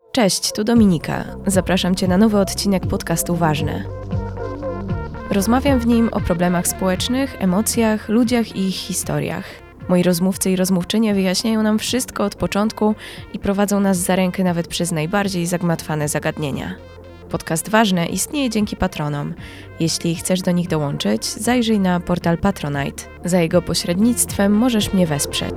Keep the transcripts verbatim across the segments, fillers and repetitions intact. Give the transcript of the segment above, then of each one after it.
Cześć, tu Dominika. Zapraszam Cię na nowy odcinek podcastu Ważne. Rozmawiam w nim o problemach społecznych, emocjach, ludziach i ich historiach. Moi rozmówcy i rozmówczynie wyjaśniają nam wszystko od początku i prowadzą nas za rękę nawet przez najbardziej zagmatwane zagadnienia. Podcast Ważne istnieje dzięki patronom. Jeśli chcesz do nich dołączyć, zajrzyj na portal Patronite. Za jego pośrednictwem możesz mnie wesprzeć.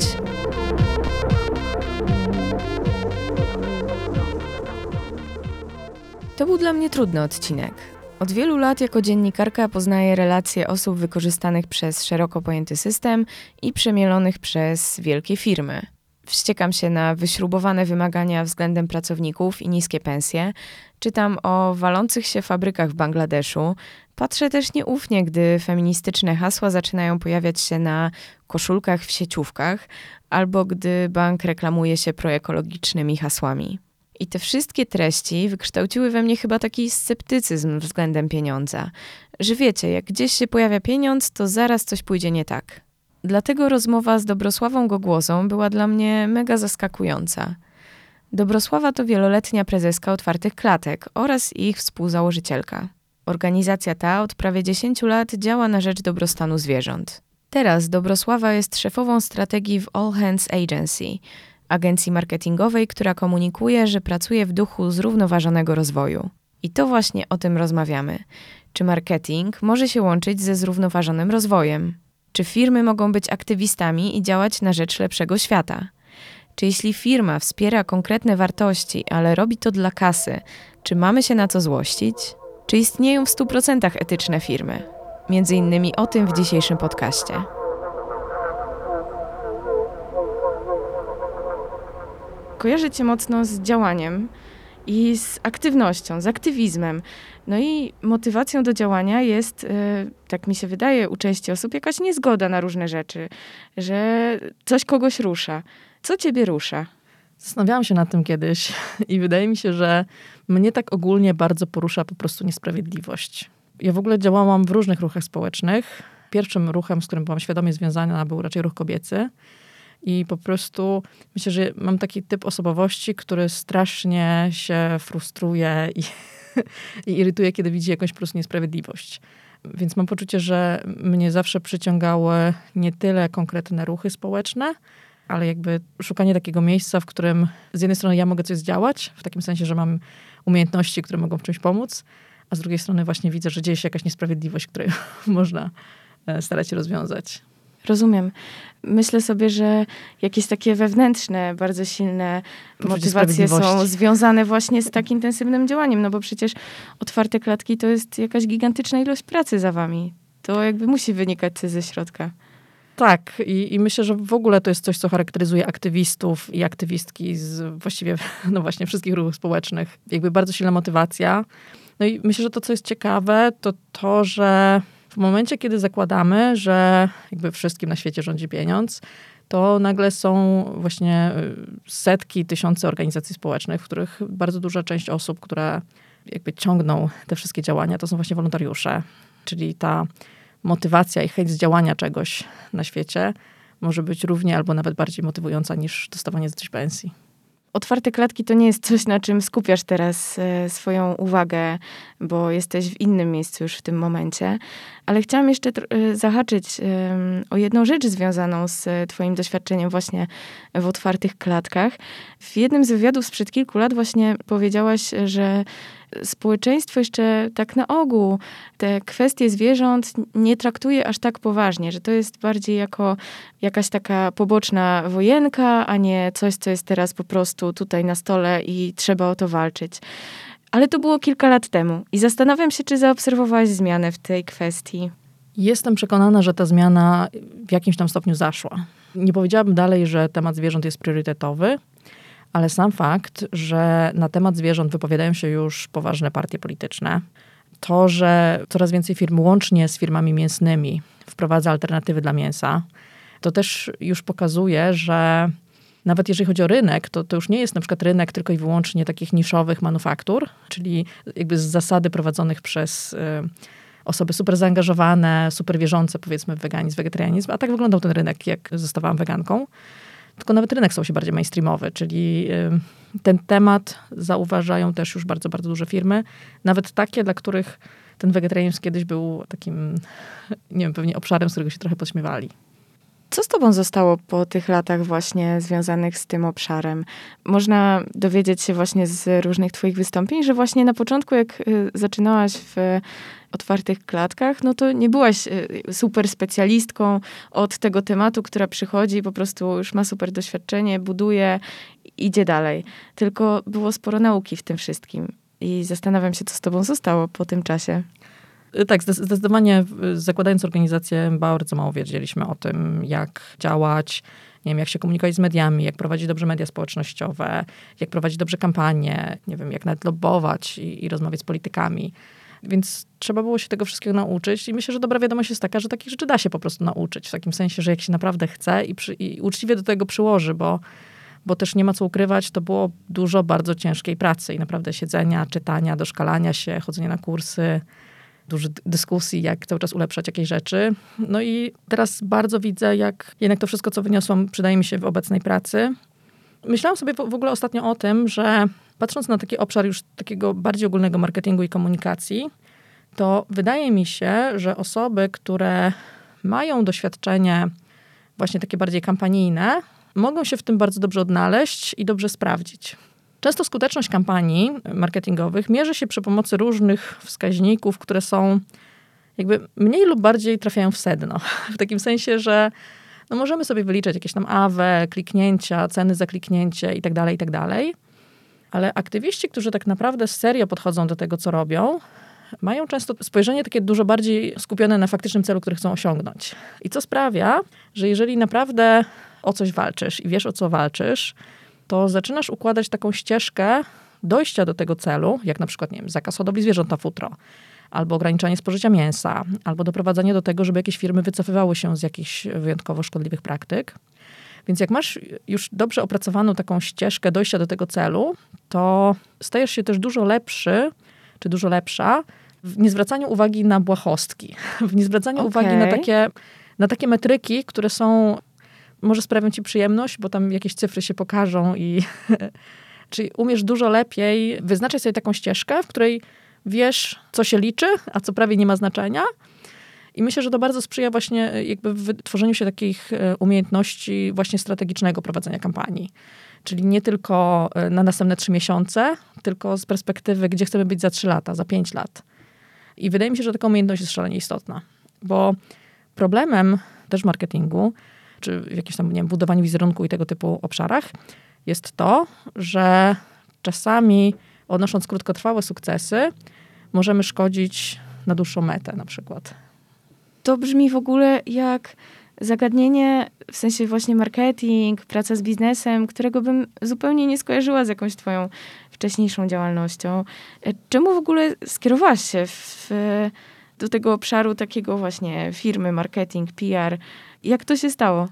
To był dla mnie trudny odcinek. Od wielu lat jako dziennikarka poznaję relacje osób wykorzystanych przez szeroko pojęty system i przemielonych przez wielkie firmy. Wściekam się na wyśrubowane wymagania względem pracowników i niskie pensje. Czytam o walących się fabrykach w Bangladeszu. Patrzę też nieufnie, gdy feministyczne hasła zaczynają pojawiać się na koszulkach w sieciówkach, albo gdy bank reklamuje się proekologicznymi hasłami. I te wszystkie treści wykształciły we mnie chyba taki sceptycyzm względem pieniądza. Że wiecie, jak gdzieś się pojawia pieniądz, to zaraz coś pójdzie nie tak. Dlatego rozmowa z Dobrosławą Gogłosą była dla mnie mega zaskakująca. Dobrosława to wieloletnia prezeska Otwartych Klatek oraz ich współzałożycielka. Organizacja ta od prawie dziesięciu lat działa na rzecz dobrostanu zwierząt. Teraz Dobrosława jest szefową strategii w All Hands Agency, agencji marketingowej, która komunikuje, że pracuje w duchu zrównoważonego rozwoju. I to właśnie o tym rozmawiamy. Czy marketing może się łączyć ze zrównoważonym rozwojem? Czy firmy mogą być aktywistami i działać na rzecz lepszego świata? Czy jeśli firma wspiera konkretne wartości, ale robi to dla kasy, czy mamy się na co złościć? Czy istnieją w stu procentach etyczne firmy? Między innymi o tym w dzisiejszym podcaście. Kojarzę Cię mocno z działaniem i z aktywnością, z aktywizmem. No i motywacją do działania jest, tak mi się wydaje, u części osób jakaś niezgoda na różne rzeczy, że coś kogoś rusza. Co Ciebie rusza? Zastanawiałam się nad tym kiedyś i wydaje mi się, że mnie tak ogólnie bardzo porusza po prostu niesprawiedliwość. Ja w ogóle działałam w różnych ruchach społecznych. Pierwszym ruchem, z którym byłam świadomie związana, był raczej ruch kobiecy. I po prostu myślę, że mam taki typ osobowości, który strasznie się frustruje i, i irytuje, kiedy widzi jakąś po prostu niesprawiedliwość. Więc mam poczucie, że mnie zawsze przyciągały nie tyle konkretne ruchy społeczne, ale jakby szukanie takiego miejsca, w którym z jednej strony ja mogę coś zdziałać, w takim sensie, że mam umiejętności, które mogą w czymś pomóc, a z drugiej strony właśnie widzę, że dzieje się jakaś niesprawiedliwość, której można starać się rozwiązać. Rozumiem. Myślę sobie, że jakieś takie wewnętrzne, bardzo silne motywacje są związane właśnie z tak intensywnym działaniem, no bo przecież Otwarte Klatki to jest jakaś gigantyczna ilość pracy za wami. To jakby musi wynikać ze środka. Tak. I, i myślę, że w ogóle to jest coś, co charakteryzuje aktywistów i aktywistki z właściwie, no właśnie, wszystkich ruchów społecznych. Jakby bardzo silna motywacja. No i myślę, że to, co jest ciekawe, to to, że w momencie, kiedy zakładamy, że jakby wszystkim na świecie rządzi pieniądz, to nagle są właśnie setki, tysiące organizacji społecznych, w których bardzo duża część osób, które jakby ciągną te wszystkie działania, to są właśnie wolontariusze. Czyli ta motywacja i chęć działania czegoś na świecie może być równie albo nawet bardziej motywująca niż dostawanie z coś pensji. Otwarte Klatki to nie jest coś, na czym skupiasz teraz e, swoją uwagę, bo jesteś w innym miejscu już w tym momencie. Ale chciałam jeszcze tr- zahaczyć e, o jedną rzecz związaną z e, twoim doświadczeniem właśnie w Otwartych Klatkach. W jednym z wywiadów sprzed kilku lat właśnie powiedziałaś, że społeczeństwo jeszcze tak na ogół te kwestie zwierząt nie traktuje aż tak poważnie, że to jest bardziej jako jakaś taka poboczna wojenka, a nie coś, co jest teraz po prostu tutaj na stole i trzeba o to walczyć. Ale to było kilka lat temu i zastanawiam się, czy zaobserwowałaś zmianę w tej kwestii. Jestem przekonana, że ta zmiana w jakimś tam stopniu zaszła. Nie powiedziałabym dalej, że temat zwierząt jest priorytetowy, ale sam fakt, że na temat zwierząt wypowiadają się już poważne partie polityczne, to, że coraz więcej firm łącznie z firmami mięsnymi wprowadza alternatywy dla mięsa, to też już pokazuje, że nawet jeżeli chodzi o rynek, to, to już nie jest na przykład rynek tylko i wyłącznie takich niszowych manufaktur, czyli jakby z zasady prowadzonych przez y, osoby super zaangażowane, super wierzące powiedzmy w weganizm, wegetarianizm, a tak wyglądał ten rynek, jak zostawałam weganką. tylko nawet rynek stał się bardziej mainstreamowy, czyli ten temat zauważają też już bardzo, bardzo duże firmy, nawet takie, dla których ten wegetarianizm kiedyś był takim, nie wiem, pewnie obszarem, z którego się trochę podśmiewali. Co z tobą zostało po tych latach właśnie związanych z tym obszarem? Można dowiedzieć się właśnie z różnych twoich wystąpień, że właśnie na początku, jak zaczynałaś w otwartych klatkach, no to nie byłaś super specjalistką od tego tematu, która przychodzi, po prostu już ma super doświadczenie, buduje, idzie dalej. Tylko było sporo nauki w tym wszystkim. I zastanawiam się, co z tobą zostało po tym czasie. Tak, zdecydowanie zakładając organizację bardzo mało wiedzieliśmy o tym, jak działać, nie wiem, jak się komunikować z mediami, jak prowadzić dobrze media społecznościowe, jak prowadzić dobrze kampanie, nie wiem, jak nawet lobbować i, i rozmawiać z politykami. Więc trzeba było się tego wszystkiego nauczyć i myślę, że dobra wiadomość jest taka, że takich rzeczy da się po prostu nauczyć. W takim sensie, że jak się naprawdę chce i, przy, i uczciwie do tego przyłoży, bo, bo też nie ma co ukrywać, to było dużo bardzo ciężkiej pracy i naprawdę siedzenia, czytania, doszkalania się, chodzenia na kursy, dużo dyskusji, jak cały czas ulepszać jakieś rzeczy. No i teraz bardzo widzę, jak jednak to wszystko, co wyniosłam, przydaje mi się w obecnej pracy. Myślałam sobie w ogóle ostatnio o tym, że patrząc na taki obszar już takiego bardziej ogólnego marketingu i komunikacji, to wydaje mi się, że osoby, które mają doświadczenie właśnie takie bardziej kampanijne, mogą się w tym bardzo dobrze odnaleźć i dobrze sprawdzić. Często skuteczność kampanii marketingowych mierzy się przy pomocy różnych wskaźników, które są jakby mniej lub bardziej trafiają w sedno. W takim sensie, że no możemy sobie wyliczać jakieś tam A W, kliknięcia, ceny za kliknięcie i tak dalej, i tak dalej. Ale aktywiści, którzy tak naprawdę serio podchodzą do tego, co robią, mają często spojrzenie takie dużo bardziej skupione na faktycznym celu, który chcą osiągnąć. I co sprawia, że jeżeli naprawdę o coś walczysz i wiesz, o co walczysz, to zaczynasz układać taką ścieżkę dojścia do tego celu, jak na przykład, nie wiem, zakaz hodowli zwierząt na futro, albo ograniczanie spożycia mięsa, albo doprowadzanie do tego, żeby jakieś firmy wycofywały się z jakichś wyjątkowo szkodliwych praktyk. Więc jak masz już dobrze opracowaną taką ścieżkę dojścia do tego celu, to stajesz się też dużo lepszy, czy dużo lepsza w niezwracaniu uwagi na błahostki, w niezwracaniu okay. uwagi na takie, na takie metryki, które są, może sprawią ci przyjemność, bo tam jakieś cyfry się pokażą i czyli umiesz dużo lepiej wyznaczyć sobie taką ścieżkę, w której wiesz, co się liczy, a co prawie nie ma znaczenia. I myślę, że to bardzo sprzyja właśnie jakby wytworzeniu się takich umiejętności właśnie strategicznego prowadzenia kampanii. Czyli nie tylko na następne trzy miesiące, tylko z perspektywy, gdzie chcemy być za trzy lata, za pięć lat. I wydaje mi się, że taka umiejętność jest szalenie istotna. Bo problemem też w marketingu, czy w jakimś tam, nie wiem, budowaniu wizerunku i tego typu obszarach, jest to, że czasami odnosząc krótkotrwałe sukcesy, możemy szkodzić na dłuższą metę na przykład. To brzmi w ogóle jak zagadnienie, w sensie właśnie marketing, praca z biznesem, którego bym zupełnie nie skojarzyła z jakąś twoją wcześniejszą działalnością. Czemu w ogóle skierowałaś się w, do tego obszaru takiego właśnie firmy, marketing, P R? Jak to się stało?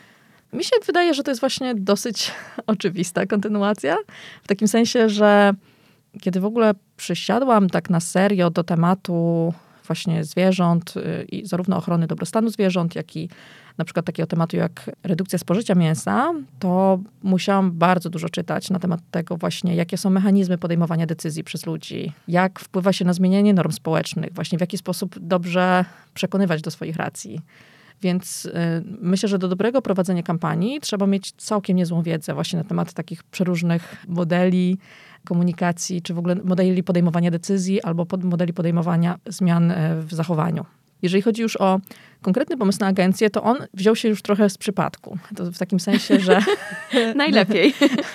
Mi się wydaje, że to jest właśnie dosyć oczywista kontynuacja. W takim sensie, że kiedy w ogóle przysiadłam tak na serio do tematu właśnie zwierząt i zarówno ochrony dobrostanu zwierząt, jak i na przykład takiego tematu jak redukcja spożycia mięsa, to musiałam bardzo dużo czytać na temat tego właśnie, jakie są mechanizmy podejmowania decyzji przez ludzi, jak wpływa się na zmienianie norm społecznych, właśnie w jaki sposób dobrze przekonywać do swoich racji. Więc y, myślę, że do dobrego prowadzenia kampanii trzeba mieć całkiem niezłą wiedzę właśnie na temat takich przeróżnych modeli komunikacji, czy w ogóle modeli podejmowania decyzji albo pod modeli podejmowania zmian w zachowaniu. Jeżeli chodzi już o konkretny pomysł na agencję, to on wziął się już trochę z przypadku. To w takim sensie, że... Najlepiej.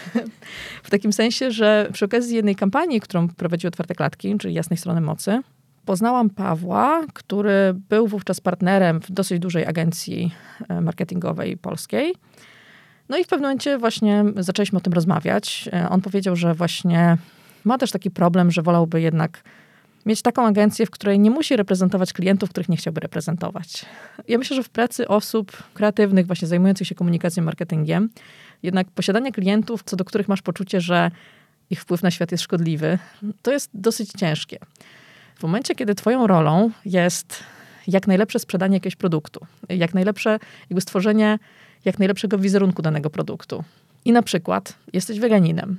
W takim sensie, że przy okazji jednej kampanii, którą prowadziły Otwarte Klatki, czyli Jasnej Strony Mocy, poznałam Pawła, który był wówczas partnerem w dosyć dużej agencji marketingowej polskiej. No i w pewnym momencie właśnie zaczęliśmy o tym rozmawiać. On powiedział, że właśnie ma też taki problem, że wolałby jednak mieć taką agencję, w której nie musi reprezentować klientów, których nie chciałby reprezentować. Ja myślę, że w pracy osób kreatywnych, właśnie zajmujących się komunikacją, marketingiem, jednak posiadanie klientów, co do których masz poczucie, że ich wpływ na świat jest szkodliwy, to jest dosyć ciężkie. W momencie, kiedy twoją rolą jest jak najlepsze sprzedanie jakiegoś produktu, jak najlepsze jakby stworzenie jak najlepszego wizerunku danego produktu. I na przykład jesteś weganinem,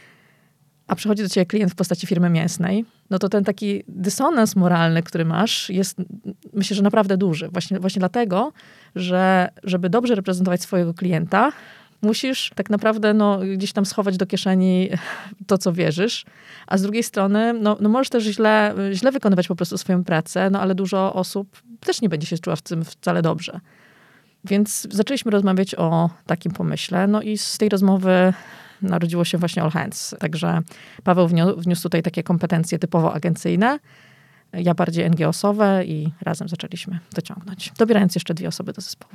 a przychodzi do ciebie klient w postaci firmy mięsnej, no to ten taki dysonans moralny, który masz, jest, myślę, że naprawdę duży. Właśnie, właśnie dlatego, że żeby dobrze reprezentować swojego klienta, musisz tak naprawdę no, gdzieś tam schować do kieszeni to, co wierzysz, a z drugiej strony no, no możesz też źle, źle wykonywać po prostu swoją pracę, no ale dużo osób też nie będzie się czuła w tym wcale dobrze. Więc zaczęliśmy rozmawiać o takim pomyśle, no i z tej rozmowy narodziło się właśnie All Hands. Także Paweł wniósł tutaj takie kompetencje typowo agencyjne, ja bardziej en gie osowe i razem zaczęliśmy to ciągnąć, dobierając jeszcze dwie osoby do zespołu.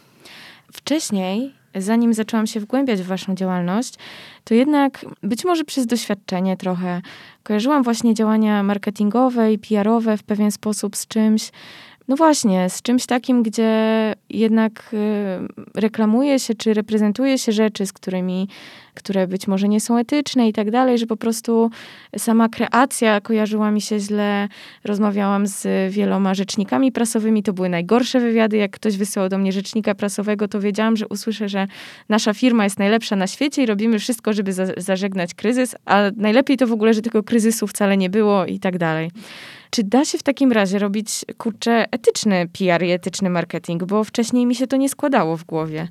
Wcześniej, zanim zaczęłam się wgłębiać w waszą działalność, to jednak być może przez doświadczenie trochę kojarzyłam właśnie działania marketingowe i P R owe w pewien sposób z czymś, no właśnie, z czymś takim, gdzie jednak y, reklamuje się, czy reprezentuje się rzeczy, z którymi, które być może nie są etyczne i tak dalej, że po prostu sama kreacja kojarzyła mi się źle. Rozmawiałam z wieloma rzecznikami prasowymi, to były najgorsze wywiady. Jak ktoś wysyłał do mnie rzecznika prasowego, to wiedziałam, że usłyszę, że nasza firma jest najlepsza na świecie i robimy wszystko, żeby za- zażegnać kryzys, a najlepiej to w ogóle, że tego kryzysu wcale nie było i tak dalej. Czy da się w takim razie robić, kurczę, etyczny P R i etyczny marketing? Bo wcześniej mi się to nie składało w głowie.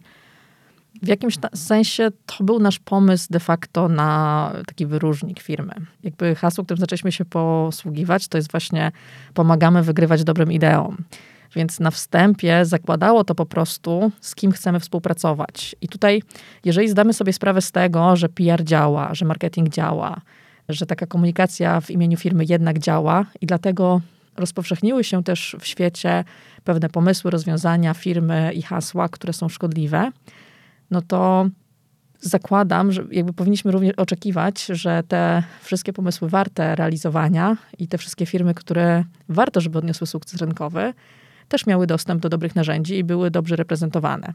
W jakimś ta- sensie to był nasz pomysł de facto na taki wyróżnik firmy. Jakby hasło, którym zaczęliśmy się posługiwać, to jest właśnie pomagamy wygrywać dobrym ideom. Więc na wstępie zakładało to po prostu, z kim chcemy współpracować. I tutaj, jeżeli zdamy sobie sprawę z tego, że P R działa, że marketing działa, że taka komunikacja w imieniu firmy jednak działa i dlatego rozpowszechniły się też w świecie pewne pomysły, rozwiązania, firmy i hasła, które są szkodliwe, no to zakładam, że jakby powinniśmy również oczekiwać, że te wszystkie pomysły warte realizowania i te wszystkie firmy, które warto, żeby odniosły sukces rynkowy, też miały dostęp do dobrych narzędzi i były dobrze reprezentowane.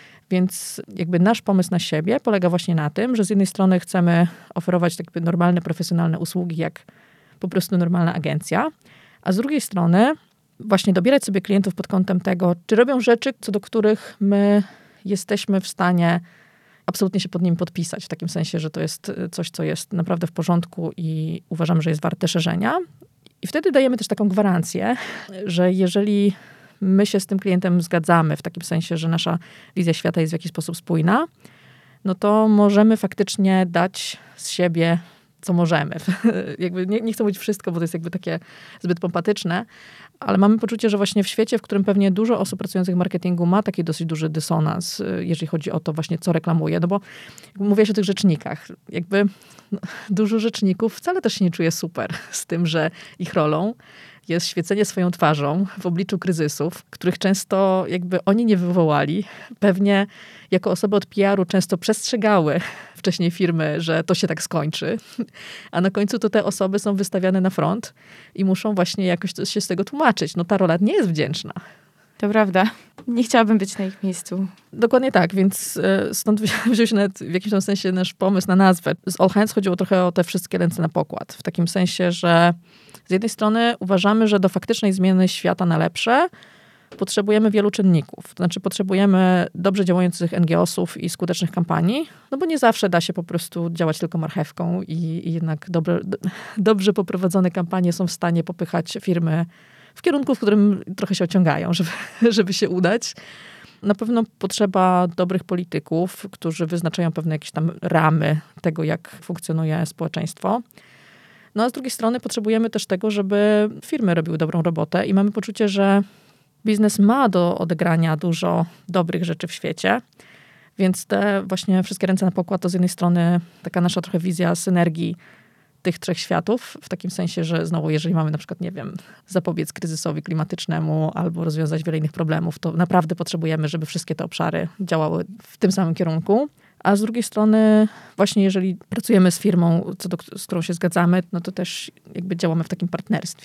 Więc jakby nasz pomysł na siebie polega właśnie na tym, że z jednej strony chcemy oferować jakby normalne, profesjonalne usługi, jak po prostu normalna agencja, a z drugiej strony właśnie dobierać sobie klientów pod kątem tego, czy robią rzeczy, co do których my jesteśmy w stanie absolutnie się pod nim podpisać, w takim sensie, że to jest coś, co jest naprawdę w porządku i uważam, że jest warte szerzenia. I wtedy dajemy też taką gwarancję, że jeżeli my się z tym klientem zgadzamy, w takim sensie, że nasza wizja świata jest w jakiś sposób spójna, no to możemy faktycznie dać z siebie, co możemy. jakby nie, nie chcę mówić wszystko, bo to jest jakby takie zbyt pompatyczne, ale mamy poczucie, że właśnie w świecie, w którym pewnie dużo osób pracujących w marketingu ma taki dosyć duży dysonans, jeżeli chodzi o to właśnie, co reklamuje. No bo mówię o tych rzecznikach. Jakby no, dużo rzeczników wcale też się nie czuje super z tym, że ich rolą jest świecenie swoją twarzą w obliczu kryzysów, których często jakby oni nie wywołali. Pewnie jako osoby od P R u często przestrzegały wcześniej firmy, że to się tak skończy. A na końcu to te osoby są wystawiane na front i muszą właśnie jakoś się z tego tłumaczyć. No ta rola nie jest wdzięczna. To prawda. Nie chciałabym być na ich miejscu. Dokładnie tak, więc stąd wziął się nawet w jakimś tam sensie nasz pomysł na nazwę. Z All Hands chodziło trochę o te wszystkie ręce na pokład. W takim sensie, że z jednej strony uważamy, że do faktycznej zmiany świata na lepsze potrzebujemy wielu czynników. To znaczy potrzebujemy dobrze działających en gie osów i skutecznych kampanii, no bo nie zawsze da się po prostu działać tylko marchewką i, i jednak dobre, dobrze poprowadzone kampanie są w stanie popychać firmy w kierunku, w którym trochę się ociągają, żeby, żeby się udać. Na pewno potrzeba dobrych polityków, którzy wyznaczają pewne jakieś tam ramy tego, jak funkcjonuje społeczeństwo. No a z drugiej strony potrzebujemy też tego, żeby firmy robiły dobrą robotę i mamy poczucie, że biznes ma do odegrania dużo dobrych rzeczy w świecie, więc te właśnie wszystkie ręce na pokład to z jednej strony taka nasza trochę wizja synergii tych trzech światów, w takim sensie, że znowu, jeżeli mamy na przykład, nie wiem, zapobiec kryzysowi klimatycznemu albo rozwiązać wiele innych problemów, to naprawdę potrzebujemy, żeby wszystkie te obszary działały w tym samym kierunku. A z drugiej strony właśnie jeżeli pracujemy z firmą, co do, z którą się zgadzamy, no to też jakby działamy w takim partnerstwie.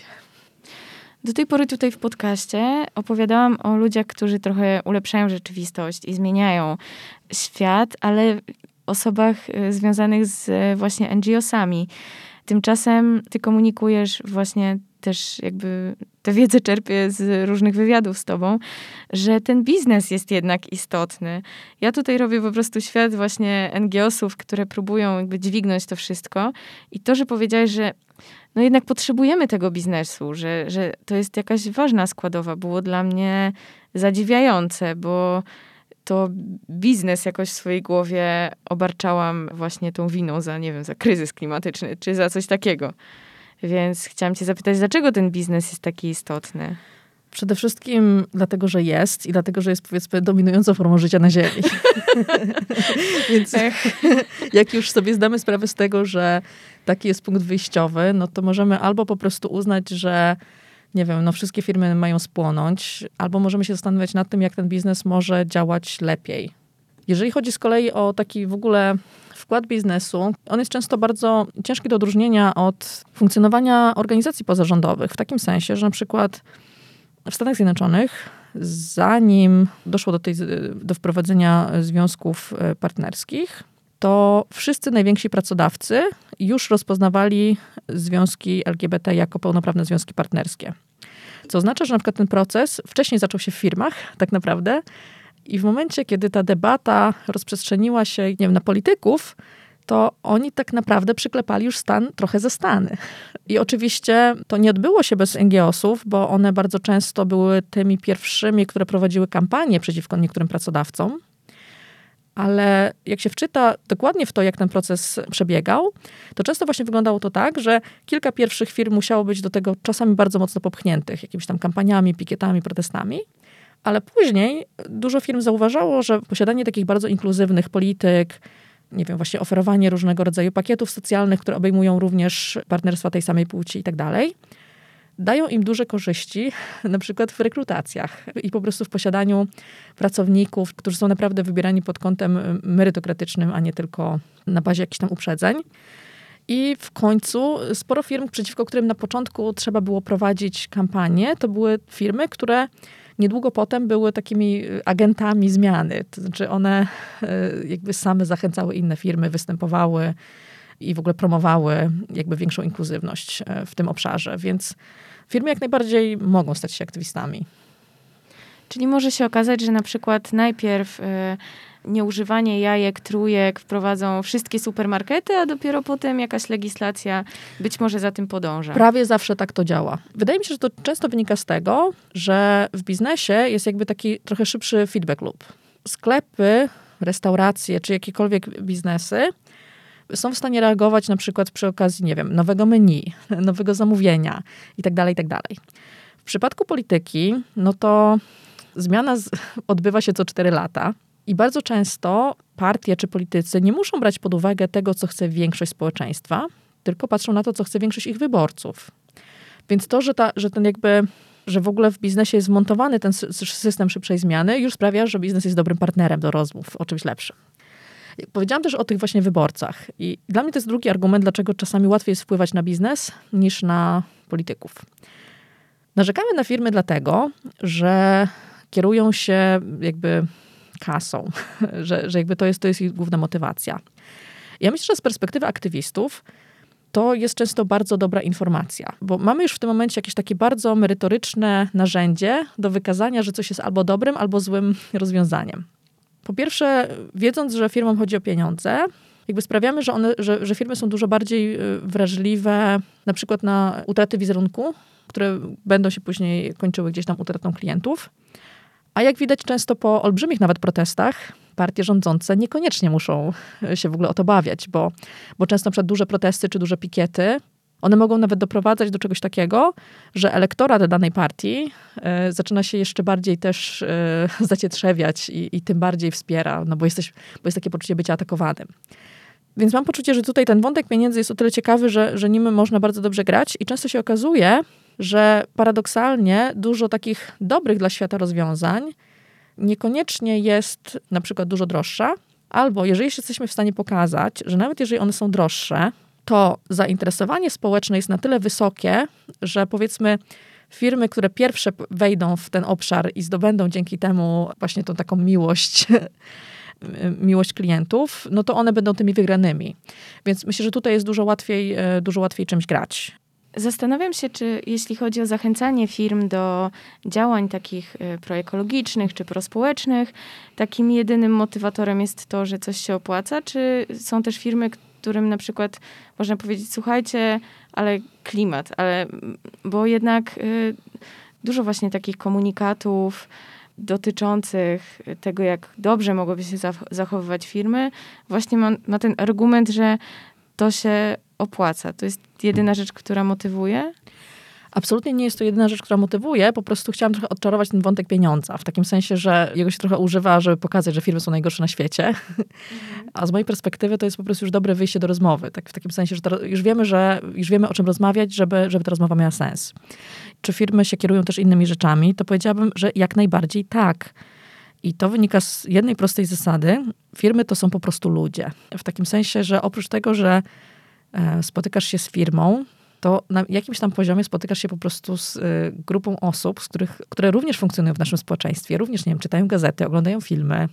Do tej pory tutaj w podcaście opowiadałam o ludziach, którzy trochę ulepszają rzeczywistość i zmieniają świat, ale osobach związanych z właśnie en gie osami. Tymczasem ty komunikujesz właśnie też jakby tę wiedzę czerpię z różnych wywiadów z tobą, że ten biznes jest jednak istotny. Ja tutaj robię po prostu świat właśnie en gie osów, które próbują jakby dźwignąć to wszystko i to, że powiedziałeś, że no jednak potrzebujemy tego biznesu, że, że to jest jakaś ważna składowa, było dla mnie zadziwiające, bo to biznes jakoś w swojej głowie obarczałam właśnie tą winą za, nie wiem, za kryzys klimatyczny, czy za coś takiego. Więc chciałam cię zapytać, dlaczego ten biznes jest taki istotny? Przede wszystkim dlatego, że jest i dlatego, że jest powiedzmy dominującą formą życia na Ziemi. Więc jak już sobie zdamy sprawę z tego, że taki jest punkt wyjściowy, no to możemy albo po prostu uznać, że nie wiem, no wszystkie firmy mają spłonąć, albo możemy się zastanawiać nad tym, jak ten biznes może działać lepiej. Jeżeli chodzi z kolei o taki w ogóle wkład biznesu, on jest często bardzo ciężki do odróżnienia od funkcjonowania organizacji pozarządowych. W takim sensie, że na przykład w Stanach Zjednoczonych, zanim doszło do, tej, do wprowadzenia związków partnerskich, to wszyscy najwięksi pracodawcy już rozpoznawali związki el gie be te jako pełnoprawne związki partnerskie. Co oznacza, że na przykład ten proces wcześniej zaczął się w firmach, tak naprawdę, i w momencie, kiedy ta debata rozprzestrzeniła się, nie wiem, na polityków, to oni tak naprawdę przyklepali już stan trochę ze Stany. I oczywiście to nie odbyło się bez en gie osów, bo one bardzo często były tymi pierwszymi, które prowadziły kampanie przeciwko niektórym pracodawcom. Ale jak się wczyta dokładnie w to, jak ten proces przebiegał, to często właśnie wyglądało to tak, że kilka pierwszych firm musiało być do tego czasami bardzo mocno popchniętych, jakimiś tam kampaniami, pikietami, protestami. Ale później dużo firm zauważało, że posiadanie takich bardzo inkluzywnych polityk, nie wiem, właśnie oferowanie różnego rodzaju pakietów socjalnych, które obejmują również partnerstwa tej samej płci i tak dalej, dają im duże korzyści, na przykład w rekrutacjach i po prostu w posiadaniu pracowników, którzy są naprawdę wybierani pod kątem merytokratycznym, a nie tylko na bazie jakichś tam uprzedzeń. I w końcu sporo firm, przeciwko którym na początku trzeba było prowadzić kampanię, to były firmy, które niedługo potem były takimi agentami zmiany. To znaczy one jakby same zachęcały inne firmy, występowały i w ogóle promowały jakby większą inkluzywność w tym obszarze. Więc firmy jak najbardziej mogą stać się aktywistami. Czyli może się okazać, że na przykład najpierw y, nieużywanie jajek, trójek wprowadzą wszystkie supermarkety, a dopiero potem jakaś legislacja być może za tym podąża. Prawie zawsze tak to działa. Wydaje mi się, że to często wynika z tego, że w biznesie jest jakby taki trochę szybszy feedback loop. Sklepy, restauracje czy jakiekolwiek biznesy są w stanie reagować na przykład przy okazji, nie wiem, nowego menu, nowego zamówienia i tak dalej, i tak dalej. W przypadku polityki, no to zmiana z, odbywa się co cztery lata i bardzo często partie czy politycy nie muszą brać pod uwagę tego, co chce większość społeczeństwa, tylko patrzą na to, co chce większość ich wyborców. Więc to, że, ta, że ten jakby, że w ogóle w biznesie jest zmontowany ten system szybszej zmiany, już sprawia, że biznes jest dobrym partnerem do rozmów o czymś lepszym. Powiedziałam też o tych właśnie wyborcach. I dla mnie to jest drugi argument, dlaczego czasami łatwiej jest wpływać na biznes niż na polityków. Narzekamy na firmy dlatego, że kierują się jakby kasą, że, że jakby to jest, to jest ich główna motywacja. Ja myślę, że z perspektywy aktywistów to jest często bardzo dobra informacja, bo mamy już w tym momencie jakieś takie bardzo merytoryczne narzędzie do wykazania, że coś jest albo dobrym, albo złym rozwiązaniem. Po pierwsze, wiedząc, że firmom chodzi o pieniądze, jakby sprawiamy, że, one, że, że firmy są dużo bardziej wrażliwe na przykład na utraty wizerunku, które będą się później kończyły gdzieś tam utratą klientów. A jak widać często po olbrzymich nawet protestach, partie rządzące niekoniecznie muszą się w ogóle o to bawiać, bo, bo często na przykład duże protesty czy duże pikiety, one mogą nawet doprowadzać do czegoś takiego, że elektorat danej partii y, zaczyna się jeszcze bardziej też y, zacietrzewiać i, i tym bardziej wspiera, no bo, jesteś, bo jest takie poczucie bycia atakowanym. Więc mam poczucie, że tutaj ten wątek pieniędzy jest o tyle ciekawy, że, że nim można bardzo dobrze grać i często się okazuje, że paradoksalnie dużo takich dobrych dla świata rozwiązań niekoniecznie jest na przykład dużo droższa, albo jeżeli jesteśmy w stanie pokazać, że nawet jeżeli one są droższe, to zainteresowanie społeczne jest na tyle wysokie, że powiedzmy firmy, które pierwsze wejdą w ten obszar i zdobędą dzięki temu właśnie tą taką miłość miłość klientów, no to one będą tymi wygranymi. Więc myślę, że tutaj jest dużo łatwiej, dużo łatwiej czymś grać. Zastanawiam się, czy jeśli chodzi o zachęcanie firm do działań takich proekologicznych czy prospołecznych, takim jedynym motywatorem jest to, że coś się opłaca, czy są też firmy, którym na przykład można powiedzieć, słuchajcie, ale klimat, ale bo jednak y, dużo właśnie takich komunikatów dotyczących tego, jak dobrze mogłyby się zachowywać firmy, właśnie ma, ma ten argument, że to się opłaca. To jest jedyna rzecz, która motywuje? Absolutnie nie jest to jedyna rzecz, która motywuje. Po prostu chciałam trochę odczarować ten wątek pieniądza. W takim sensie, że jego się trochę używa, żeby pokazać, że firmy są najgorsze na świecie. Mhm. A z mojej perspektywy to jest po prostu już dobre wyjście do rozmowy. Tak, w takim sensie, że to, już wiemy, że już wiemy, o czym rozmawiać, żeby, żeby ta rozmowa miała sens. Czy firmy się kierują też innymi rzeczami? To powiedziałabym, że jak najbardziej tak. I to wynika z jednej prostej zasady. Firmy to są po prostu ludzie. W takim sensie, że oprócz tego, że spotykasz się z firmą, to na jakimś tam poziomie spotykasz się po prostu z y, grupą osób, z których, które również funkcjonują w naszym społeczeństwie, również, nie wiem, czytają gazety, oglądają filmy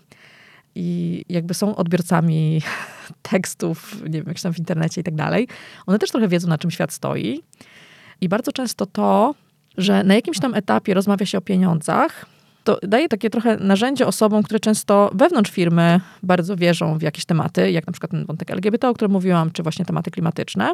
i jakby są odbiorcami tekstów, nie wiem, jak tam w internecie i tak dalej. One też trochę wiedzą, na czym świat stoi. I bardzo często to, że na jakimś tam etapie rozmawia się o pieniądzach, to daje takie trochę narzędzie osobom, które często wewnątrz firmy bardzo wierzą w jakieś tematy, jak na przykład ten wątek L G B T, o którym mówiłam, czy właśnie tematy klimatyczne.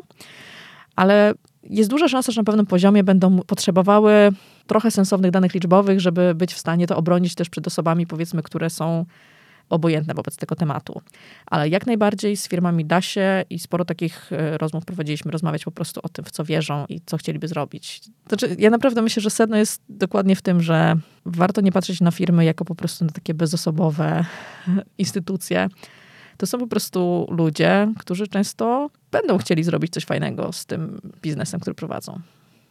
Ale jest duża szansa, że na pewnym poziomie będą potrzebowały trochę sensownych danych liczbowych, żeby być w stanie to obronić też przed osobami, powiedzmy, które są obojętne wobec tego tematu. Ale jak najbardziej z firmami da się i sporo takich rozmów prowadziliśmy, rozmawiać po prostu o tym, w co wierzą i co chcieliby zrobić. Znaczy, ja naprawdę myślę, że sedno jest dokładnie w tym, że warto nie patrzeć na firmy jako po prostu na takie bezosobowe instytucje. To są po prostu ludzie, którzy często będą chcieli zrobić coś fajnego z tym biznesem, który prowadzą.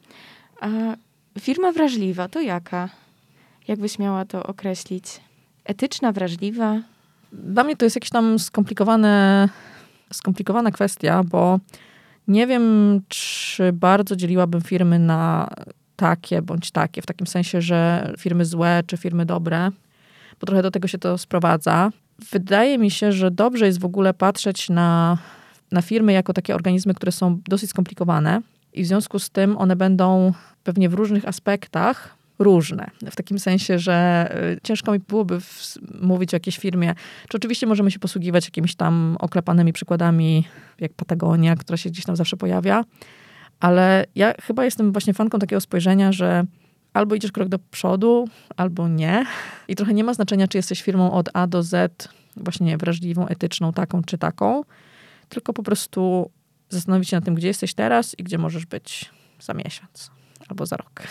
A firma wrażliwa to jaka? Jak byś miała to określić? Etyczna, wrażliwa? Dla mnie to jest jakaś tam skomplikowane, skomplikowana kwestia, bo nie wiem, czy bardzo dzieliłabym firmy na takie bądź takie. W takim sensie, że firmy złe czy firmy dobre, bo trochę do tego się to sprowadza. Wydaje mi się, że dobrze jest w ogóle patrzeć na, na firmy jako takie organizmy, które są dosyć skomplikowane i w związku z tym one będą pewnie w różnych aspektach różne. W takim sensie, że ciężko mi byłoby w, mówić o jakiejś firmie, czy oczywiście możemy się posługiwać jakimiś tam oklepanymi przykładami, jak Patagonia, która się gdzieś tam zawsze pojawia, ale ja chyba jestem właśnie fanką takiego spojrzenia, że albo idziesz krok do przodu, albo nie. I trochę nie ma znaczenia, czy jesteś firmą od A do Z, właśnie wrażliwą, etyczną, taką czy taką, tylko po prostu zastanowić się nad tym, gdzie jesteś teraz i gdzie możesz być za miesiąc albo za rok.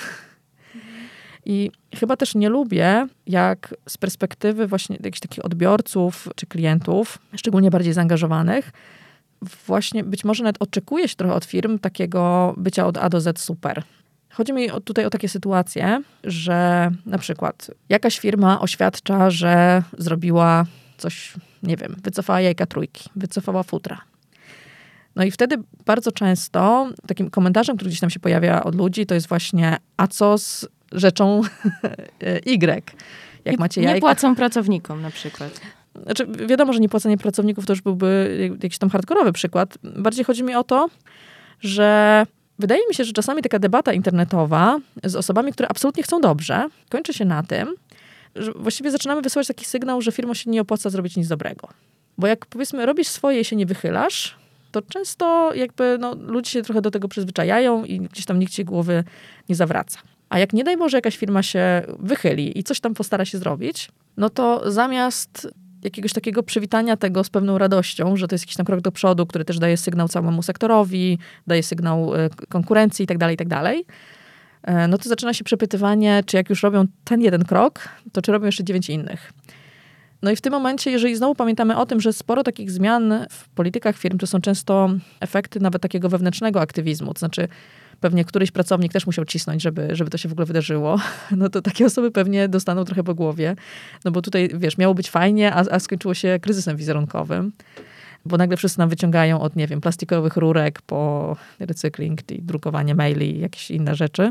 I chyba też nie lubię, jak z perspektywy właśnie jakichś takich odbiorców czy klientów, szczególnie bardziej zaangażowanych, właśnie być może nawet oczekuje się trochę od firm takiego bycia od A do Z super. Chodzi mi tutaj o takie sytuacje, że na przykład jakaś firma oświadcza, że zrobiła coś, nie wiem, wycofała jajka trójki, wycofała futra. No i wtedy bardzo często takim komentarzem, który gdzieś tam się pojawia od ludzi, to jest właśnie, a co z rzeczą Y? Jak nie, macie jajka... Nie płacą pracownikom na przykład. Znaczy, wiadomo, że niepłacenie pracowników to już byłby jakiś tam hardkorowy przykład. Bardziej chodzi mi o to, że wydaje mi się, że czasami taka debata internetowa z osobami, które absolutnie chcą dobrze, kończy się na tym, że właściwie zaczynamy wysyłać taki sygnał, że firmom się nie opłaca zrobić nic dobrego. Bo jak powiedzmy robisz swoje i się nie wychylasz, to często jakby no, ludzie się trochę do tego przyzwyczajają i gdzieś tam nikt ci głowy nie zawraca. A jak nie daj Boże jakaś firma się wychyli i coś tam postara się zrobić, no to zamiast jakiegoś takiego przywitania tego z pewną radością, że to jest jakiś tam krok do przodu, który też daje sygnał całemu sektorowi, daje sygnał konkurencji i tak dalej, i tak dalej, no to zaczyna się przepytywanie, czy jak już robią ten jeden krok, to czy robią jeszcze dziewięć innych. No i w tym momencie, jeżeli znowu pamiętamy o tym, że sporo takich zmian w politykach firm to są często efekty nawet takiego wewnętrznego aktywizmu, to znaczy pewnie któryś pracownik też musiał cisnąć, żeby, żeby to się w ogóle wydarzyło, no to takie osoby pewnie dostaną trochę po głowie, no bo tutaj, wiesz, miało być fajnie, a, a skończyło się kryzysem wizerunkowym, bo nagle wszyscy nam wyciągają od, nie wiem, plastikowych rurek po recykling, czyli drukowanie maili i jakieś inne rzeczy.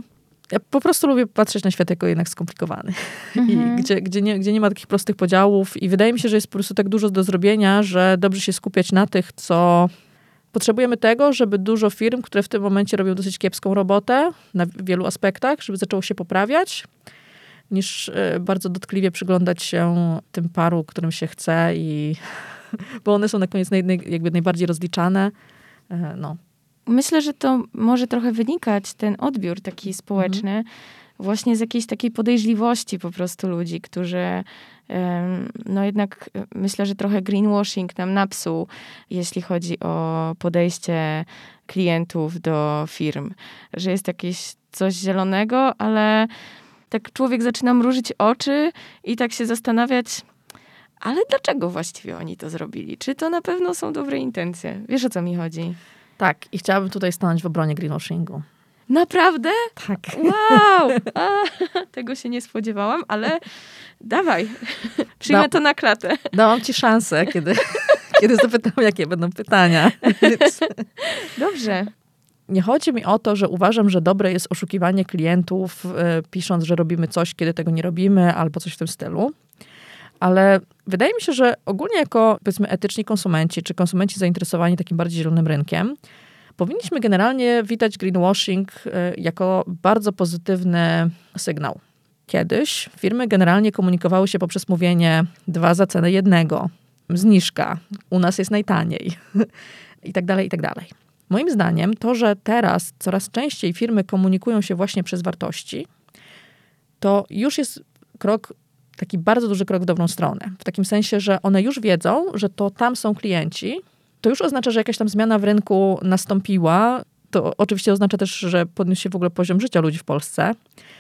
Ja po prostu lubię patrzeć na świat jako jednak skomplikowany. Mhm. I gdzie, gdzie, nie, gdzie nie ma takich prostych podziałów. I wydaje mi się, że jest po prostu tak dużo do zrobienia, że dobrze się skupiać na tych, co... Potrzebujemy tego, żeby dużo firm, które w tym momencie robią dosyć kiepską robotę na wielu aspektach, żeby zaczęło się poprawiać, niż bardzo dotkliwie przyglądać się tym paru, którym się chce i... Bo one są na koniec naj, jakby najbardziej rozliczane. No. Myślę, że to może trochę wynikać, ten odbiór taki społeczny, mhm. właśnie z jakiejś takiej podejrzliwości po prostu ludzi, którzy no jednak myślę, że trochę greenwashing nam napsuł, jeśli chodzi o podejście klientów do firm. Że jest jakieś coś zielonego, ale tak człowiek zaczyna mrużyć oczy i tak się zastanawiać, ale dlaczego właściwie oni to zrobili? Czy to na pewno są dobre intencje? Wiesz, o co mi chodzi? Tak, i chciałabym tutaj stanąć w obronie greenwashingu. Naprawdę? Tak. Wow! A, tego się nie spodziewałam, ale dawaj, przyjmę da, to na klatę. Dałam ci szansę, kiedy, kiedy zapytałam, jakie będą pytania. Dobrze. Nie chodzi mi o to, że uważam, że dobre jest oszukiwanie klientów, e, pisząc, że robimy coś, kiedy tego nie robimy, albo coś w tym stylu. Ale wydaje mi się, że ogólnie jako, powiedzmy, etyczni konsumenci, czy konsumenci zainteresowani takim bardziej zielonym rynkiem, powinniśmy generalnie witać greenwashing jako bardzo pozytywny sygnał. Kiedyś firmy generalnie komunikowały się poprzez mówienie dwa za cenę jednego, zniżka, u nas jest najtaniej i tak dalej, i tak dalej. Moim zdaniem to, że teraz coraz częściej firmy komunikują się właśnie przez wartości, to już jest krok, taki bardzo duży krok w dobrą stronę. W takim sensie, że one już wiedzą, że to tam są klienci. To już oznacza, że jakaś tam zmiana w rynku nastąpiła. To oczywiście oznacza też, że podniósł się w ogóle poziom życia ludzi w Polsce.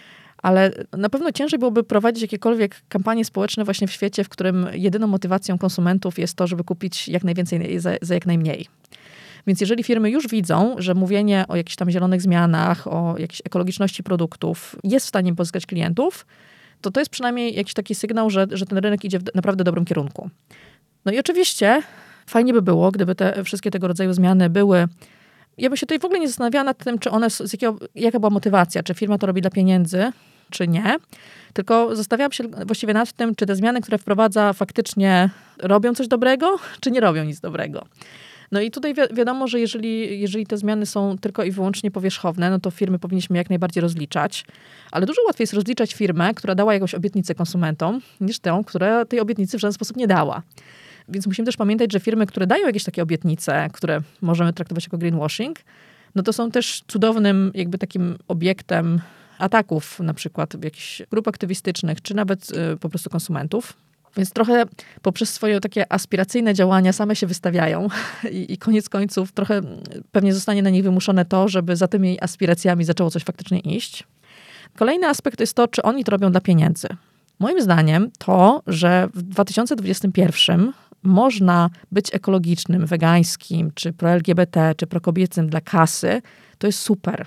Ale na pewno ciężej byłoby prowadzić jakiekolwiek kampanie społeczne właśnie w świecie, w którym jedyną motywacją konsumentów jest to, żeby kupić jak najwięcej za, za jak najmniej. Więc jeżeli firmy już widzą, że mówienie o jakichś tam zielonych zmianach, o jakiejś ekologiczności produktów jest w stanie pozyskać klientów, to to jest przynajmniej jakiś taki sygnał, że, że ten rynek idzie w naprawdę dobrym kierunku. No i oczywiście fajnie by było, gdyby te wszystkie tego rodzaju zmiany były... Ja bym się tutaj w ogóle nie zastanawiała nad tym, czy one, z jakiego, jaka była motywacja, czy firma to robi dla pieniędzy, czy nie. Tylko zastanawiałam się właściwie nad tym, czy te zmiany, które wprowadza, faktycznie robią coś dobrego, czy nie robią nic dobrego. No i tutaj wi- wiadomo, że jeżeli, jeżeli te zmiany są tylko i wyłącznie powierzchowne, no to firmy powinniśmy jak najbardziej rozliczać. Ale dużo łatwiej jest rozliczać firmę, która dała jakąś obietnicę konsumentom, niż tę, która tej obietnicy w żaden sposób nie dała. Więc musimy też pamiętać, że firmy, które dają jakieś takie obietnice, które możemy traktować jako greenwashing, no to są też cudownym jakby takim obiektem ataków, na przykład jakichś grup aktywistycznych, czy nawet y, po prostu konsumentów. Więc trochę poprzez swoje takie aspiracyjne działania same się wystawiają i, i koniec końców trochę pewnie zostanie na nich wymuszone to, żeby za tymi aspiracjami zaczęło coś faktycznie iść. Kolejny aspekt to jest to, czy oni to robią dla pieniędzy. Moim zdaniem to, że w dwa tysiące dwudziestym pierwszym można być ekologicznym, wegańskim, czy pro-L G B T, czy prokobiecym dla kasy, to jest super.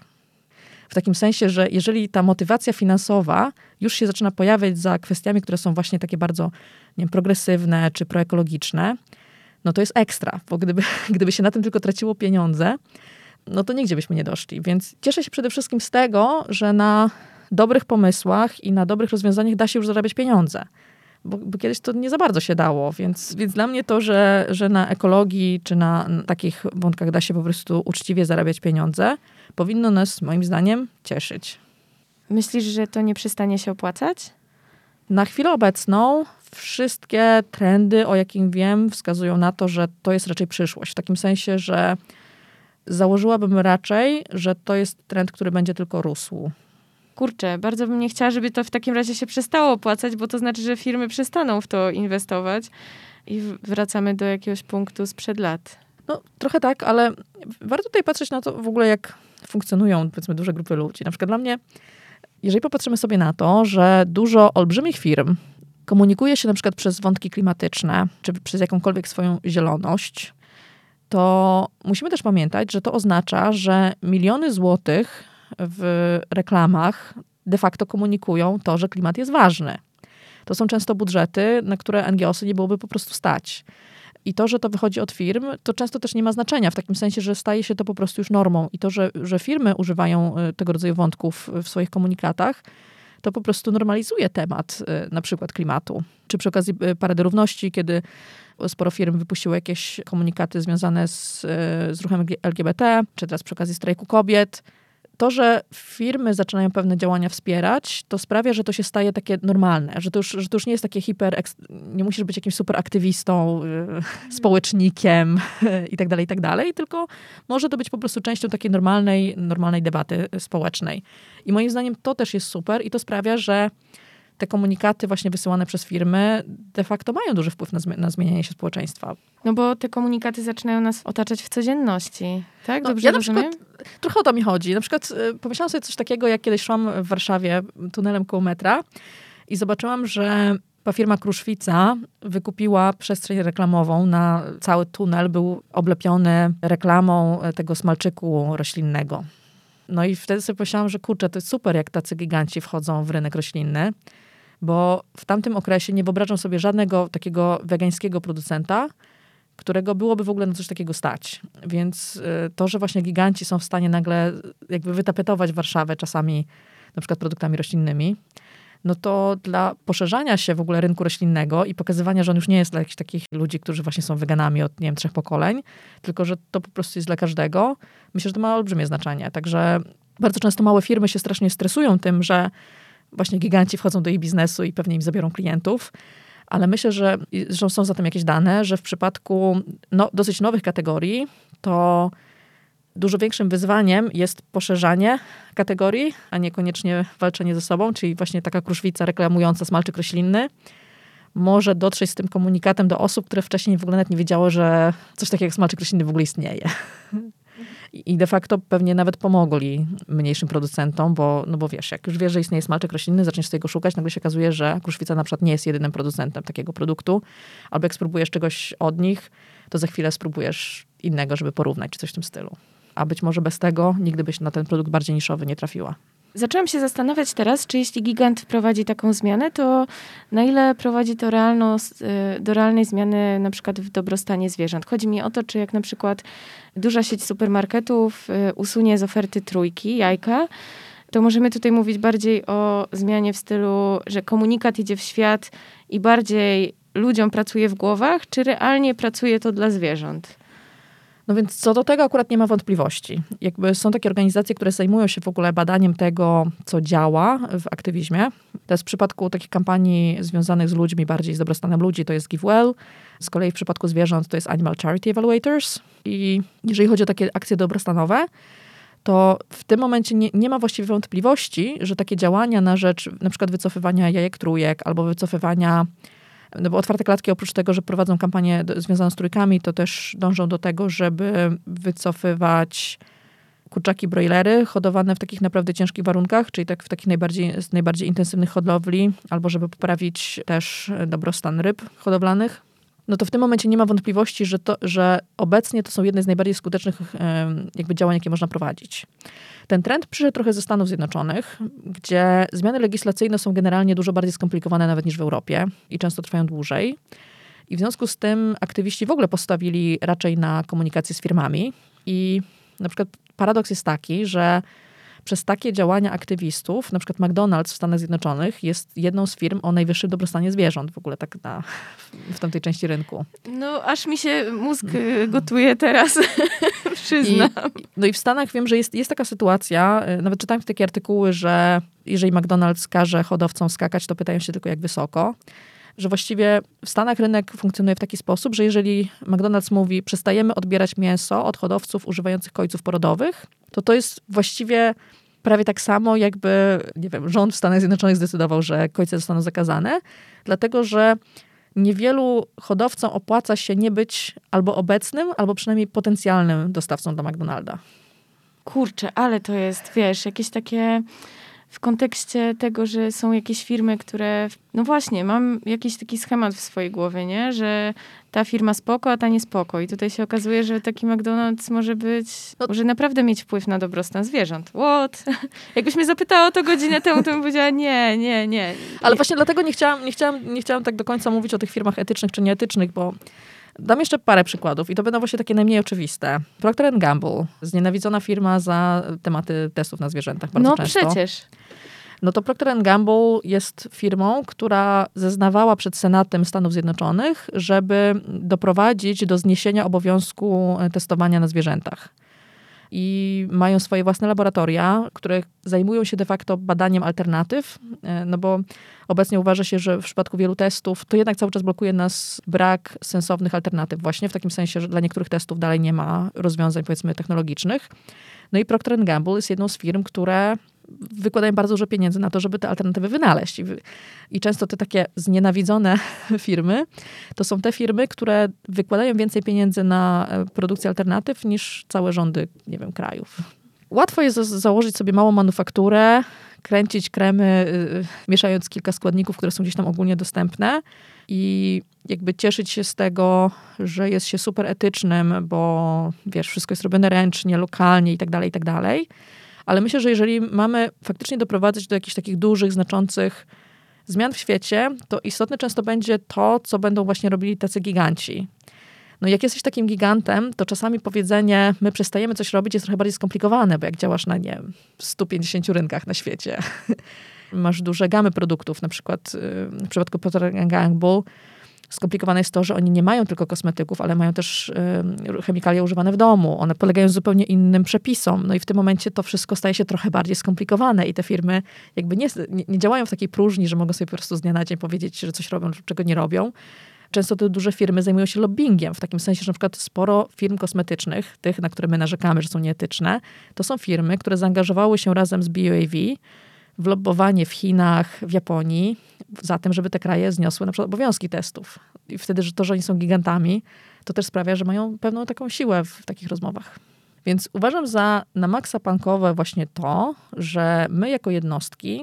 W takim sensie, że jeżeli ta motywacja finansowa już się zaczyna pojawiać za kwestiami, które są właśnie takie bardzo, nie wiem, progresywne, czy proekologiczne, no to jest ekstra, bo gdyby, gdyby się na tym tylko traciło pieniądze, no to nigdzie byśmy nie doszli. Więc cieszę się przede wszystkim z tego, że na dobrych pomysłach i na dobrych rozwiązaniach da się już zarabiać pieniądze. Bo, bo kiedyś to nie za bardzo się dało, więc, więc dla mnie to, że, że na ekologii czy na, na takich wątkach da się po prostu uczciwie zarabiać pieniądze, powinno nas, moim zdaniem, cieszyć. Myślisz, że to nie przestanie się opłacać? Na chwilę obecną wszystkie trendy, o jakim wiem, wskazują na to, że to jest raczej przyszłość. W takim sensie, że założyłabym raczej, że to jest trend, który będzie tylko rósł. Kurczę, bardzo bym nie chciała, żeby to w takim razie się przestało opłacać, bo to znaczy, że firmy przestaną w to inwestować i wracamy do jakiegoś punktu sprzed lat. No trochę tak, ale warto tutaj patrzeć na to w ogóle, jak funkcjonują, powiedzmy, duże grupy ludzi. Na przykład dla mnie, jeżeli popatrzymy sobie na to, że dużo olbrzymich firm komunikuje się na przykład przez wątki klimatyczne, czy przez jakąkolwiek swoją zieloność, to musimy też pamiętać, że to oznacza, że miliony złotych w reklamach de facto komunikują to, że klimat jest ważny. To są często budżety, na które N G O sy nie byłoby po prostu stać. I to, że to wychodzi od firm, to często też nie ma znaczenia, w takim sensie, że staje się to po prostu już normą. I to, że, że firmy używają tego rodzaju wątków w swoich komunikatach, to po prostu normalizuje temat na przykład klimatu. Czy przy okazji Parady Równości, kiedy sporo firm wypuściło jakieś komunikaty związane z, z ruchem L G B T, czy teraz przy okazji strajku kobiet. To, że firmy zaczynają pewne działania wspierać, to sprawia, że to się staje takie normalne, że to już, że to już nie jest takie hiper, nie musisz być jakimś super aktywistą, yy, społecznikiem i tak dalej, i tak dalej, tylko może to być po prostu częścią takiej normalnej, normalnej debaty społecznej. I moim zdaniem to też jest super i to sprawia, że te komunikaty właśnie wysyłane przez firmy de facto mają duży wpływ na, zmi- na zmienianie się społeczeństwa. No bo te komunikaty zaczynają nas otaczać w codzienności, tak? No, Dobrze ja na rozumiem? przykład, trochę o to mi chodzi. Na przykład y, pomyślałam sobie coś takiego, jak kiedyś szłam w Warszawie tunelem koło metra i zobaczyłam, że firma Kruszwica wykupiła przestrzeń reklamową na cały tunel, był oblepiony reklamą tego smalczyku roślinnego. No i wtedy sobie pomyślałam, że kurczę, to jest super, jak tacy giganci wchodzą w rynek roślinny, bo w tamtym okresie nie wyobrażam sobie żadnego takiego wegańskiego producenta, którego byłoby w ogóle na coś takiego stać. Więc to, że właśnie giganci są w stanie nagle jakby wytapetować Warszawę czasami na przykład produktami roślinnymi, no to dla poszerzania się w ogóle rynku roślinnego i pokazywania, że on już nie jest dla jakichś takich ludzi, którzy właśnie są weganami od, nie wiem, trzech pokoleń, tylko że to po prostu jest dla każdego, myślę, że to ma olbrzymie znaczenie. Także bardzo często małe firmy się strasznie stresują tym, że właśnie giganci wchodzą do ich biznesu i pewnie im zabiorą klientów, ale myślę, że zresztą są za tym jakieś dane, że w przypadku no, dosyć nowych kategorii, to dużo większym wyzwaniem jest poszerzanie kategorii, a niekoniecznie walczenie ze sobą, czyli właśnie taka Kruszwica reklamująca smalczyk roślinny może dotrzeć z tym komunikatem do osób, które wcześniej w ogóle nawet nie wiedziały, że coś takiego jak smalczyk roślinny w ogóle istnieje. I de facto pewnie nawet pomogli mniejszym producentom, bo, no bo wiesz, jak już wiesz, że istnieje smalczyk roślinny, zaczniesz sobie go szukać, nagle się okazuje, że Kruszwica na przykład nie jest jedynym producentem takiego produktu, albo jak spróbujesz czegoś od nich, to za chwilę spróbujesz innego, żeby porównać, czy coś w tym stylu. A być może bez tego nigdy byś na ten produkt bardziej niszowy nie trafiła. Zaczęłam się zastanawiać teraz, czy jeśli gigant wprowadzi taką zmianę, to na ile prowadzi to realno, do realnej zmiany na przykład w dobrostanie zwierząt. Chodzi mi o to, czy jak na przykład duża sieć supermarketów usunie z oferty trójki, jajka, to możemy tutaj mówić bardziej o zmianie w stylu, że komunikat idzie w świat i bardziej ludziom pracuje w głowach, czy realnie pracuje to dla zwierząt? No więc co do tego akurat nie ma wątpliwości. Jakby są takie organizacje, które zajmują się w ogóle badaniem tego, co działa w aktywizmie. To jest w przypadku takich kampanii związanych z ludźmi, bardziej z dobrostanem ludzi, to jest GiveWell. Z kolei w przypadku zwierząt to jest Animal Charity Evaluators. I jeżeli chodzi o takie akcje dobrostanowe, to w tym momencie nie, nie ma właściwie wątpliwości, że takie działania na rzecz na przykład wycofywania jajek trójek albo wycofywania. No bo otwarte klatki oprócz tego, że prowadzą kampanię związaną z trójkami, to też dążą do tego, żeby wycofywać kurczaki brojlery hodowane w takich naprawdę ciężkich warunkach, czyli tak w takich najbardziej, najbardziej intensywnych hodowli, albo żeby poprawić też dobrostan ryb hodowlanych. No to w tym momencie nie ma wątpliwości, że, to, że obecnie to są jedne z najbardziej skutecznych jakby działań, jakie można prowadzić. Ten trend przyszedł trochę ze Stanów Zjednoczonych, gdzie zmiany legislacyjne są generalnie dużo bardziej skomplikowane nawet niż w Europie i często trwają dłużej. I w związku z tym aktywiści w ogóle postawili raczej na komunikację z firmami. I na przykład paradoks jest taki, że przez takie działania aktywistów, na przykład McDonald's w Stanach Zjednoczonych jest jedną z firm o najwyższym dobrostanie zwierząt w ogóle tak na, w tamtej części rynku. No aż mi się mózg gotuje teraz, przyznam. I, no i w Stanach wiem, że jest, jest taka sytuacja, nawet czytałem takie artykuły, że jeżeli McDonald's każe hodowcom skakać, to pytają się tylko jak wysoko. Że właściwie w Stanach rynek funkcjonuje w taki sposób, że jeżeli McDonald's mówi, przestajemy odbierać mięso od hodowców używających kojców porodowych, to to jest właściwie prawie tak samo, jakby, nie wiem, rząd w Stanach Zjednoczonych zdecydował, że kojce zostaną zakazane, dlatego że niewielu hodowcom opłaca się nie być albo obecnym, albo przynajmniej potencjalnym dostawcą do McDonalda. Kurczę, ale to jest, wiesz, jakieś takie w kontekście tego, że są jakieś firmy, które, no właśnie, mam jakiś taki schemat w swojej głowie, nie? Że ta firma spoko, a ta nie spoko. I tutaj się okazuje, że taki McDonald's może być, no, może naprawdę mieć wpływ na dobrostan zwierząt. What? Jakbyś mnie zapytała o to godzinę temu, to bym powiedziała nie, nie, nie. Ale właśnie dlatego nie chciałam, nie chciałam, nie chciałam tak do końca mówić o tych firmach etycznych czy nieetycznych, bo Dam jeszcze parę przykładów i to będą właśnie takie najmniej oczywiste. Procter and Gamble, znienawidzona firma za tematy testów na zwierzętach bardzo no często. przecież. No to Procter and Gamble jest firmą, która zeznawała przed Senatem Stanów Zjednoczonych, żeby doprowadzić do zniesienia obowiązku testowania na zwierzętach. I mają swoje własne laboratoria, które zajmują się de facto badaniem alternatyw, no bo obecnie uważa się, że w przypadku wielu testów to jednak cały czas blokuje nas brak sensownych alternatyw. Właśnie w takim sensie, że dla niektórych testów dalej nie ma rozwiązań, powiedzmy, technologicznych. No i Procter and Gamble jest jedną z firm, które wykładają bardzo dużo pieniędzy na to, żeby te alternatywy wynaleźć. I, I często te takie znienawidzone firmy, to są te firmy, które wykładają więcej pieniędzy na produkcję alternatyw niż całe rządy, nie wiem, krajów. Łatwo jest założyć sobie małą manufakturę, kręcić kremy, yy, mieszając kilka składników, które są gdzieś tam ogólnie dostępne i jakby cieszyć się z tego, że jest się super etycznym, bo wiesz, wszystko jest robione ręcznie, lokalnie i tak dalej, i tak dalej. Ale myślę, że jeżeli mamy faktycznie doprowadzać do jakichś takich dużych, znaczących zmian w świecie, to istotne często będzie to, co będą właśnie robili tacy giganci. No jak jesteś takim gigantem, to czasami powiedzenie, my przestajemy coś robić, jest trochę bardziej skomplikowane, bo jak działasz na, nie wiem, stu pięćdziesięciu rynkach na świecie, masz duże gamy produktów, na przykład w przypadku Procter and Gamble skomplikowane jest to, że oni nie mają tylko kosmetyków, ale mają też y, chemikalia używane w domu. One podlegają zupełnie innym przepisom. No i w tym momencie to wszystko staje się trochę bardziej skomplikowane i te firmy jakby nie, nie, nie działają w takiej próżni, że mogą sobie po prostu z dnia na dzień powiedzieć, że coś robią, czego nie robią. Często te duże firmy zajmują się lobbyingiem, w takim sensie, że na przykład sporo firm kosmetycznych, tych, na które my narzekamy, że są nieetyczne, to są firmy, które zaangażowały się razem z B U A V w lobbowanie w Chinach, w Japonii, za tym, żeby te kraje zniosły na przykład obowiązki testów. I wtedy, że to, że oni są gigantami, to też sprawia, że mają pewną taką siłę w takich rozmowach. Więc uważam za na maksa punkowe właśnie to, że my jako jednostki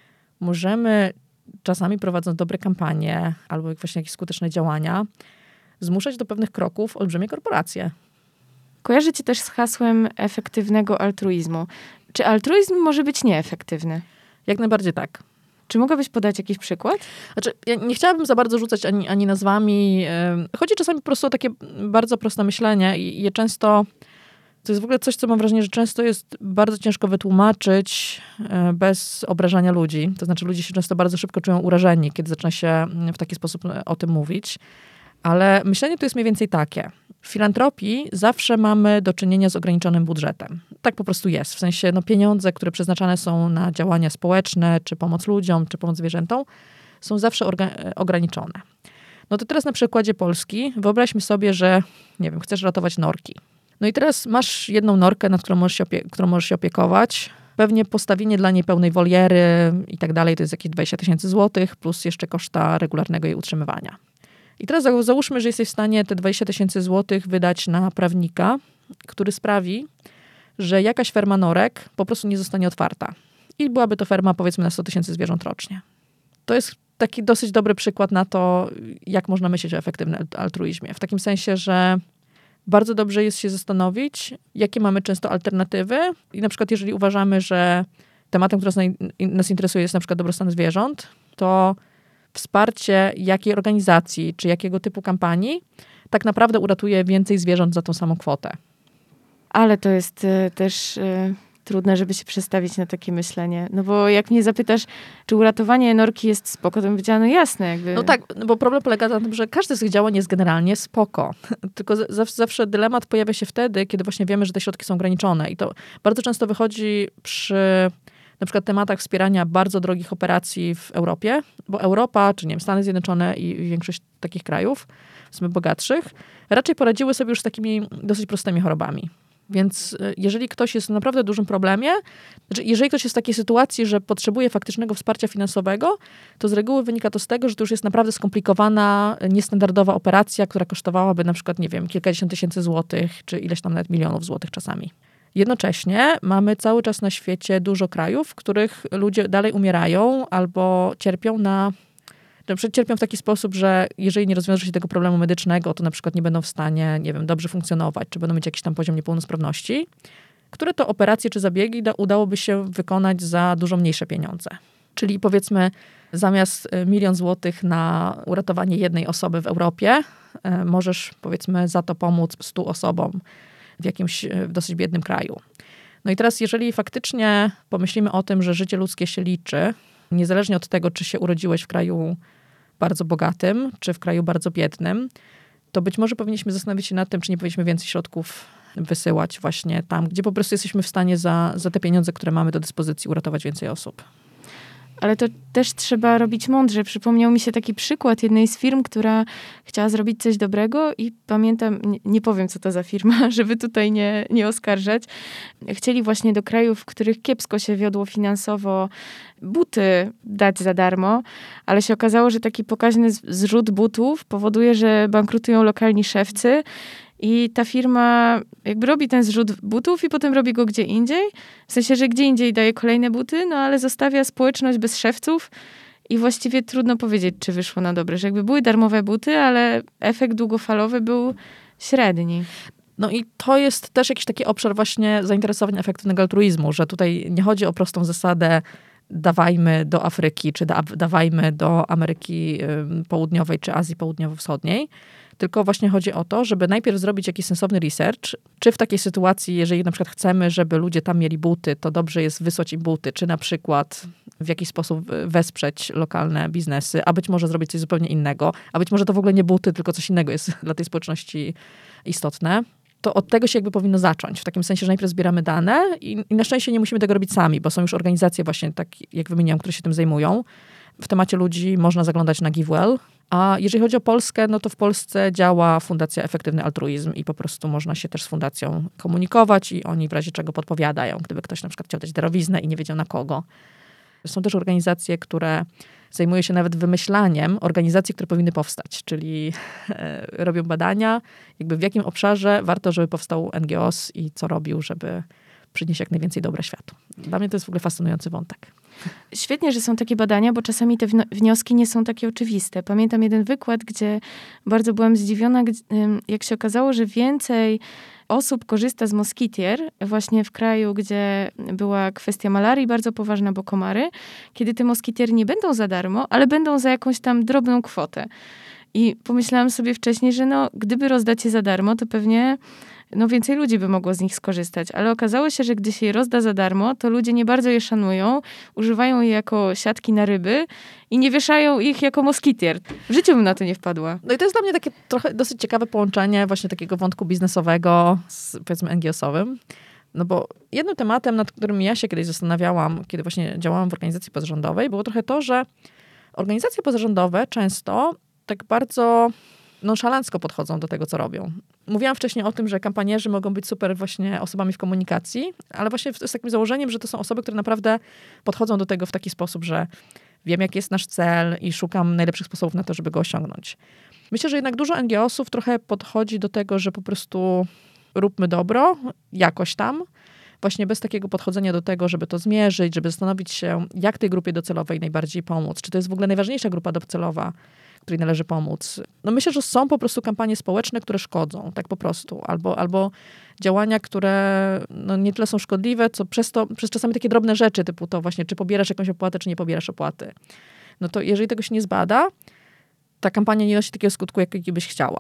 możemy czasami prowadząc dobre kampanie albo właśnie jakieś skuteczne działania, zmuszać do pewnych kroków olbrzymie korporacje. Kojarzy cię też z hasłem efektywnego altruizmu. Czy altruizm może być nieefektywny? Jak najbardziej tak. Czy mogłabyś podać jakiś przykład? Znaczy, ja nie chciałabym za bardzo rzucać ani, ani nazwami. Chodzi czasami po prostu o takie bardzo proste myślenie i je często, to jest w ogóle coś, co mam wrażenie, że często jest bardzo ciężko wytłumaczyć bez obrażania ludzi. To znaczy, ludzie się często bardzo szybko czują urażeni, kiedy zaczyna się w taki sposób o tym mówić. Ale myślenie tu jest mniej więcej takie. W filantropii zawsze mamy do czynienia z ograniczonym budżetem. Tak po prostu jest. W sensie no, pieniądze, które przeznaczane są na działania społeczne, czy pomoc ludziom, czy pomoc zwierzętom, są zawsze orga- ograniczone. No to teraz na przykładzie Polski wyobraźmy sobie, że nie wiem, chcesz ratować norki. No i teraz masz jedną norkę, nad którą możesz się, opie- którą możesz się opiekować. Pewnie postawienie dla niej pełnej woliery i tak dalej to jest jakieś dwadzieścia tysięcy złotych plus jeszcze koszta regularnego jej utrzymywania. I teraz załóżmy, że jesteś w stanie te dwadzieścia tysięcy złotych wydać na prawnika, który sprawi, że jakaś ferma norek po prostu nie zostanie otwarta. I byłaby to ferma powiedzmy na sto tysięcy zwierząt rocznie. To jest taki dosyć dobry przykład na to, jak można myśleć o efektywnym altruizmie. W takim sensie, że bardzo dobrze jest się zastanowić, jakie mamy często alternatywy. I na przykład jeżeli uważamy, że tematem, który nas interesuje jest na przykład dobrostan zwierząt, to wsparcie jakiej organizacji, czy jakiego typu kampanii tak naprawdę uratuje więcej zwierząt za tą samą kwotę. Ale to jest y, też y, trudne, żeby się przestawić na takie myślenie. No bo jak mnie zapytasz, czy uratowanie norki jest spoko, to bym powiedziała, no jasne. Jakby. No tak, no bo problem polega na tym, że każde z tych działań jest generalnie spoko. Tylko zawsze, zawsze dylemat pojawia się wtedy, kiedy właśnie wiemy, że te środki są ograniczone. I to bardzo często wychodzi przy na przykład tematach wspierania bardzo drogich operacji w Europie, bo Europa, czy nie wiem, Stany Zjednoczone i większość takich krajów, w sumie bogatszych, raczej poradziły sobie już z takimi dosyć prostymi chorobami. Więc jeżeli ktoś jest w naprawdę dużym problemie, znaczy jeżeli ktoś jest w takiej sytuacji, że potrzebuje faktycznego wsparcia finansowego, to z reguły wynika to z tego, że to już jest naprawdę skomplikowana, niestandardowa operacja, która kosztowałaby na przykład, nie wiem, kilkadziesiąt tysięcy złotych, czy ileś tam nawet milionów złotych czasami. Jednocześnie mamy cały czas na świecie dużo krajów, w których ludzie dalej umierają albo cierpią na... Na przykład cierpią w taki sposób, że jeżeli nie rozwiąże się tego problemu medycznego, to na przykład nie będą w stanie, nie wiem, dobrze funkcjonować, czy będą mieć jakiś tam poziom niepełnosprawności, które to operacje czy zabiegi da, udałoby się wykonać za dużo mniejsze pieniądze. Czyli powiedzmy, zamiast milion złotych na uratowanie jednej osoby w Europie, możesz powiedzmy za to pomóc stu osobom w jakimś w dosyć biednym kraju. No i teraz, jeżeli faktycznie pomyślimy o tym, że życie ludzkie się liczy, niezależnie od tego, czy się urodziłeś w kraju bardzo bogatym, czy w kraju bardzo biednym, to być może powinniśmy zastanowić się nad tym, czy nie powinniśmy więcej środków wysyłać właśnie tam, gdzie po prostu jesteśmy w stanie za, za te pieniądze, które mamy do dyspozycji, uratować więcej osób. Ale to też trzeba robić mądrze. Przypomniał mi się taki przykład jednej z firm, która chciała zrobić coś dobrego i pamiętam, nie, nie powiem co to za firma, żeby tutaj nie, nie oskarżać. Chcieli właśnie do krajów, w których kiepsko się wiodło finansowo, buty dać za darmo, ale się okazało, że taki pokaźny zrzut butów powoduje, że bankrutują lokalni szewcy. I ta firma jakby robi ten zrzut butów i potem robi go gdzie indziej. W sensie, że gdzie indziej daje kolejne buty, no ale zostawia społeczność bez szewców i właściwie trudno powiedzieć, czy wyszło na dobre. Że jakby były darmowe buty, ale efekt długofalowy był średni. No i to jest też jakiś taki obszar właśnie zainteresowań efektywnego altruizmu, że tutaj nie chodzi o prostą zasadę dawajmy do Afryki, czy da, dawajmy do Ameryki Południowej, czy Azji Południowo-Wschodniej, tylko właśnie chodzi o to, żeby najpierw zrobić jakiś sensowny research, czy w takiej sytuacji, jeżeli na przykład chcemy, żeby ludzie tam mieli buty, to dobrze jest wysłać im buty, czy na przykład w jakiś sposób wesprzeć lokalne biznesy, a być może zrobić coś zupełnie innego, a być może to w ogóle nie buty, tylko coś innego jest dla tej społeczności istotne. To od tego się jakby powinno zacząć. W takim sensie, że najpierw zbieramy dane i, i na szczęście nie musimy tego robić sami, bo są już organizacje właśnie, tak jak wymieniłam, które się tym zajmują. W temacie ludzi można zaglądać na GiveWell. A jeżeli chodzi o Polskę, no to w Polsce działa Fundacja Efektywny Altruizm i po prostu można się też z fundacją komunikować i oni w razie czego podpowiadają, gdyby ktoś na przykład chciał dać darowiznę i nie wiedział na kogo. Są też organizacje, które zajmują się nawet wymyślaniem organizacji, które powinny powstać, czyli e, robią badania, jakby w jakim obszarze warto, żeby powstał N G O S i co robił, żeby przynieść jak najwięcej dobra światu. Dla mnie to jest w ogóle fascynujący wątek. Świetnie, że są takie badania, bo czasami te wnioski nie są takie oczywiste. Pamiętam jeden wykład, gdzie bardzo byłam zdziwiona, jak się okazało, że więcej osób korzysta z Moskitier właśnie w kraju, gdzie była kwestia malarii bardzo poważna, bo komary, kiedy te Moskitiery nie będą za darmo, ale będą za jakąś tam drobną kwotę. I pomyślałam sobie wcześniej, że no, gdyby rozdać je za darmo, to pewnie no, więcej ludzi by mogło z nich skorzystać. Ale okazało się, że gdy się je rozda za darmo, to ludzie nie bardzo je szanują, używają je jako siatki na ryby i nie wieszają ich jako moskitier. W życiu bym na to nie wpadła. No i to jest dla mnie takie trochę dosyć ciekawe połączenie właśnie takiego wątku biznesowego z, powiedzmy, N G O S-owym. No bo jednym tematem, nad którym ja się kiedyś zastanawiałam, kiedy właśnie działałam w organizacji pozarządowej, było trochę to, że organizacje pozarządowe często tak bardzo nonszalancko podchodzą do tego, co robią. Mówiłam wcześniej o tym, że kampanierzy mogą być super właśnie osobami w komunikacji, ale właśnie z takim założeniem, że to są osoby, które naprawdę podchodzą do tego w taki sposób, że wiem, jaki jest nasz cel i szukam najlepszych sposobów na to, żeby go osiągnąć. Myślę, że jednak dużo N G O S-ów trochę podchodzi do tego, że po prostu róbmy dobro, jakoś tam, właśnie bez takiego podchodzenia do tego, żeby to zmierzyć, żeby zastanowić się, jak tej grupie docelowej najbardziej pomóc. Czy to jest w ogóle najważniejsza grupa docelowa, której należy pomóc. No myślę, że są po prostu kampanie społeczne, które szkodzą, tak po prostu. Albo, albo działania, które no nie tyle są szkodliwe, co przez to, przez czasami takie drobne rzeczy, typu to właśnie, czy pobierasz jakąś opłatę, czy nie pobierasz opłaty. No to jeżeli tego się nie zbada, ta kampania nie nosi takiego skutku, jaki byś chciała.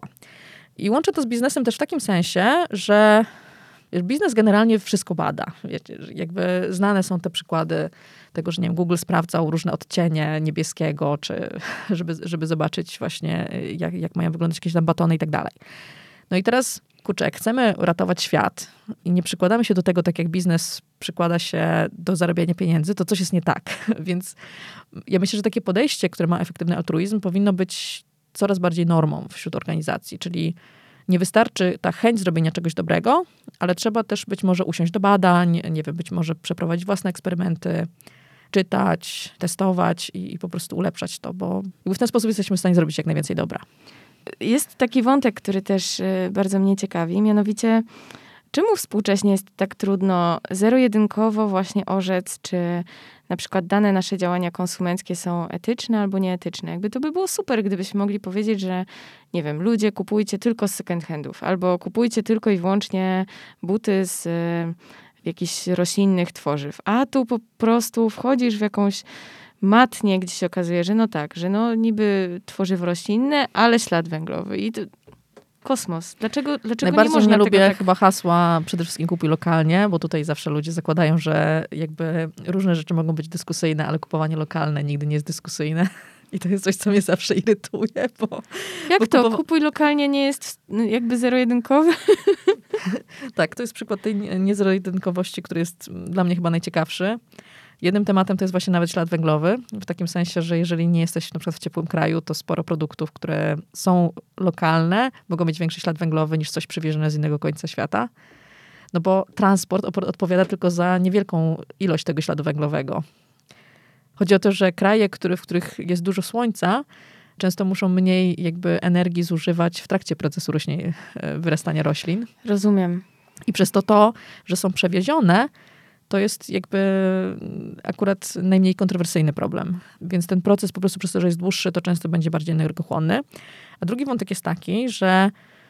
I łączę to z biznesem też w takim sensie, że biznes generalnie wszystko bada. Wiecie, jakby znane są te przykłady tego, że nie wiem, Google sprawdzał różne odcienie niebieskiego, czy żeby, żeby zobaczyć właśnie, jak, jak mają wyglądać jakieś tam batony i tak dalej. No i teraz, kurczę, jak chcemy uratować świat i nie przykładamy się do tego tak, jak biznes przykłada się do zarabiania pieniędzy, to coś jest nie tak. Więc ja myślę, że takie podejście, które ma efektywny altruizm, powinno być coraz bardziej normą wśród organizacji, czyli nie wystarczy ta chęć zrobienia czegoś dobrego, ale trzeba też być może usiąść do badań, nie wiem, być może przeprowadzić własne eksperymenty, czytać, testować i, i po prostu ulepszać to, bo w ten sposób jesteśmy w stanie zrobić jak najwięcej dobra. Jest taki wątek, który też bardzo mnie ciekawi, mianowicie czemu współcześnie jest tak trudno zero-jedynkowo właśnie orzec, czy na przykład dane nasze działania konsumenckie są etyczne albo nieetyczne. Jakby to by było super, gdybyśmy mogli powiedzieć, że nie wiem, ludzie kupujcie tylko z second handów, albo kupujcie tylko i wyłącznie buty z y, jakichś roślinnych tworzyw. A tu po prostu wchodzisz w jakąś matnie, gdzie się okazuje, że no tak, że no niby tworzywo roślinne, ale ślad węglowy. I to kosmos. Dlaczego, dlaczego Najbardziej nie można nie tego lubię tak... chyba hasła przede wszystkim kupuj lokalnie, bo tutaj zawsze ludzie zakładają, że jakby różne rzeczy mogą być dyskusyjne, ale kupowanie lokalne nigdy nie jest dyskusyjne. I to jest coś, co mnie zawsze irytuje, bo... Jak bo to? kupowa- Kupuj lokalnie nie jest jakby zero-jedynkowy? Tak, to jest przykład tej niezero-jedynkowości, który jest dla mnie chyba najciekawszy. Jednym tematem to jest właśnie nawet ślad węglowy, w takim sensie, że jeżeli nie jesteś na przykład w ciepłym kraju, to sporo produktów, które są lokalne, mogą mieć większy ślad węglowy niż coś przywiezione z innego końca świata. No bo transport op- odpowiada tylko za niewielką ilość tego śladu węglowego. Chodzi o to, że kraje, który, w których jest dużo słońca, często muszą mniej jakby energii zużywać w trakcie procesu rośnie, wyrastania roślin. Rozumiem. I przez to to, że są przewiezione, to jest jakby akurat najmniej kontrowersyjny problem. Więc ten proces po prostu przez to, że jest dłuższy, to często będzie bardziej energochłonny. A drugi wątek jest taki, że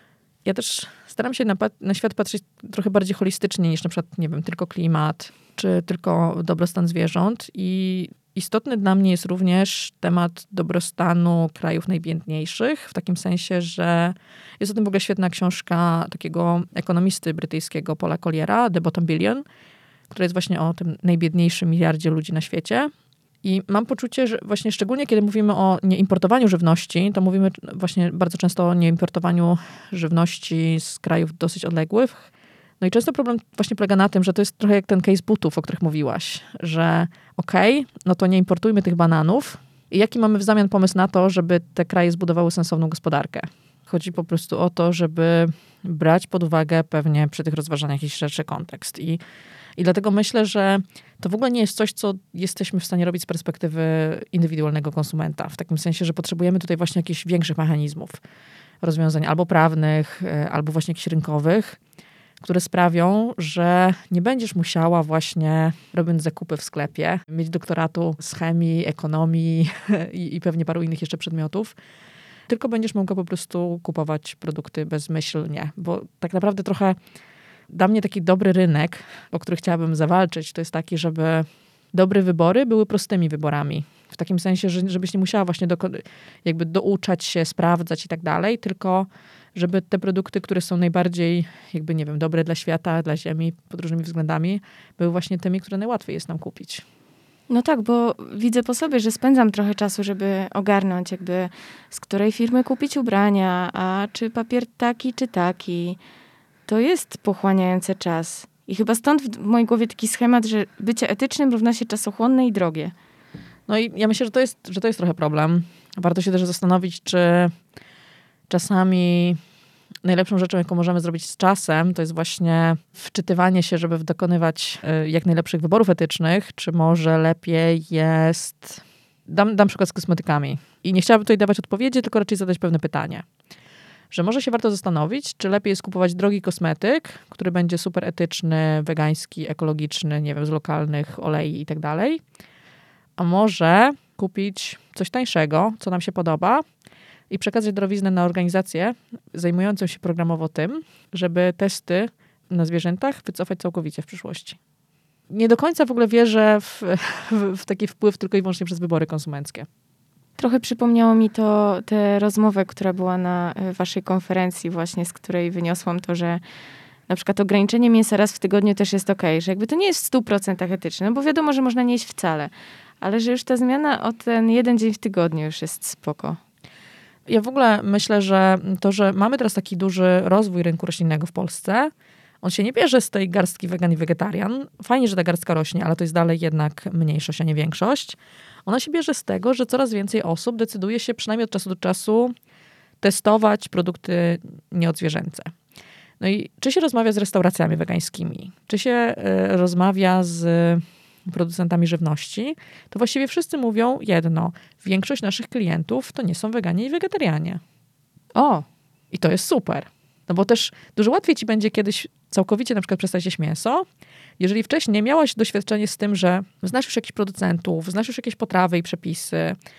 ja też staram się na, na świat patrzeć trochę bardziej holistycznie niż na przykład, nie wiem, tylko klimat, czy tylko dobrostan zwierząt. I istotny dla mnie jest również temat dobrostanu krajów najbiedniejszych, w takim sensie, że jest o tym w ogóle świetna książka takiego ekonomisty brytyjskiego Paula Colliera, The Bottom Billion, która jest właśnie o tym najbiedniejszym miliardzie ludzi na świecie. I mam poczucie, że właśnie szczególnie kiedy mówimy o nieimportowaniu żywności, to mówimy właśnie bardzo często o nieimportowaniu żywności z krajów dosyć odległych. No i często problem właśnie polega na tym, że to jest trochę jak ten case butów, o których mówiłaś, że okej, okay, no to nie importujmy tych bananów. I jaki mamy w zamian pomysł na to, żeby te kraje zbudowały sensowną gospodarkę? Chodzi po prostu o to, żeby brać pod uwagę pewnie przy tych rozważaniach jakiś szerszy kontekst. I I dlatego myślę, że to w ogóle nie jest coś, co jesteśmy w stanie robić z perspektywy indywidualnego konsumenta. W takim sensie, że potrzebujemy tutaj właśnie jakichś większych mechanizmów, rozwiązań albo prawnych, albo właśnie jakichś rynkowych, które sprawią, że nie będziesz musiała właśnie, robiąc zakupy w sklepie, mieć doktoratu z chemii, ekonomii i, i pewnie paru innych jeszcze przedmiotów, tylko będziesz mogła po prostu kupować produkty bezmyślnie. Bo tak naprawdę trochę dla mnie taki dobry rynek, o który chciałabym zawalczyć, to jest taki, żeby dobre wybory były prostymi wyborami. W takim sensie, że żebyś nie musiała właśnie do, jakby douczać się, sprawdzać i tak dalej, tylko żeby te produkty, które są najbardziej jakby, nie wiem, dobre dla świata, dla ziemi pod różnymi względami, były właśnie tymi, które najłatwiej jest nam kupić. No tak, bo widzę po sobie, że spędzam trochę czasu, żeby ogarnąć jakby z której firmy kupić ubrania, a czy papier taki, czy taki. To jest pochłaniające czas. I chyba stąd w mojej głowie taki schemat, że bycie etycznym równa się czasochłonne i drogie. No i ja myślę, że to jest, że to jest trochę problem. Warto się też zastanowić, czy czasami najlepszą rzeczą, jaką możemy zrobić z czasem, to jest właśnie wczytywanie się, żeby dokonywać jak najlepszych wyborów etycznych, czy może lepiej jest... Dam, dam przykład z kosmetykami. I nie chciałabym tutaj dawać odpowiedzi, tylko raczej zadać pewne pytanie. Że może się warto zastanowić, czy lepiej jest kupować drogi kosmetyk, który będzie super etyczny, wegański, ekologiczny, nie wiem, z lokalnych olei i tak dalej. A może kupić coś tańszego, co nam się podoba i przekazać darowiznę na organizację zajmującą się programowo tym, żeby testy na zwierzętach wycofać całkowicie w przyszłości. Nie do końca w ogóle wierzę w, w, w taki wpływ tylko i wyłącznie przez wybory konsumenckie. Trochę przypomniało mi to tę rozmowę, która była na waszej konferencji właśnie, z której wyniosłam to, że na przykład ograniczenie mięsa raz w tygodniu też jest okej, że jakby to nie jest w stu procentach etyczne, no bo wiadomo, że można nie jeść wcale, ale że już ta zmiana o ten jeden dzień w tygodniu już jest spoko. Ja w ogóle myślę, że to, że mamy teraz taki duży rozwój rynku roślinnego w Polsce, on się nie bierze z tej garstki wegan i wegetarian. Fajnie, że ta garstka rośnie, ale to jest dalej jednak mniejszość, a nie większość. Ona się bierze z tego, że coraz więcej osób decyduje się przynajmniej od czasu do czasu testować produkty nieodzwierzęce. No i czy się rozmawia z restauracjami wegańskimi, czy się y, rozmawia z producentami żywności, to właściwie wszyscy mówią jedno. Większość naszych klientów to nie są weganie i wegetarianie. O! I to jest super. No bo też dużo łatwiej ci będzie kiedyś całkowicie na przykład przestać jeść mięso, jeżeli wcześniej miałaś doświadczenie z tym, że znasz już jakichś producentów, znasz już jakieś potrawy i przepisy,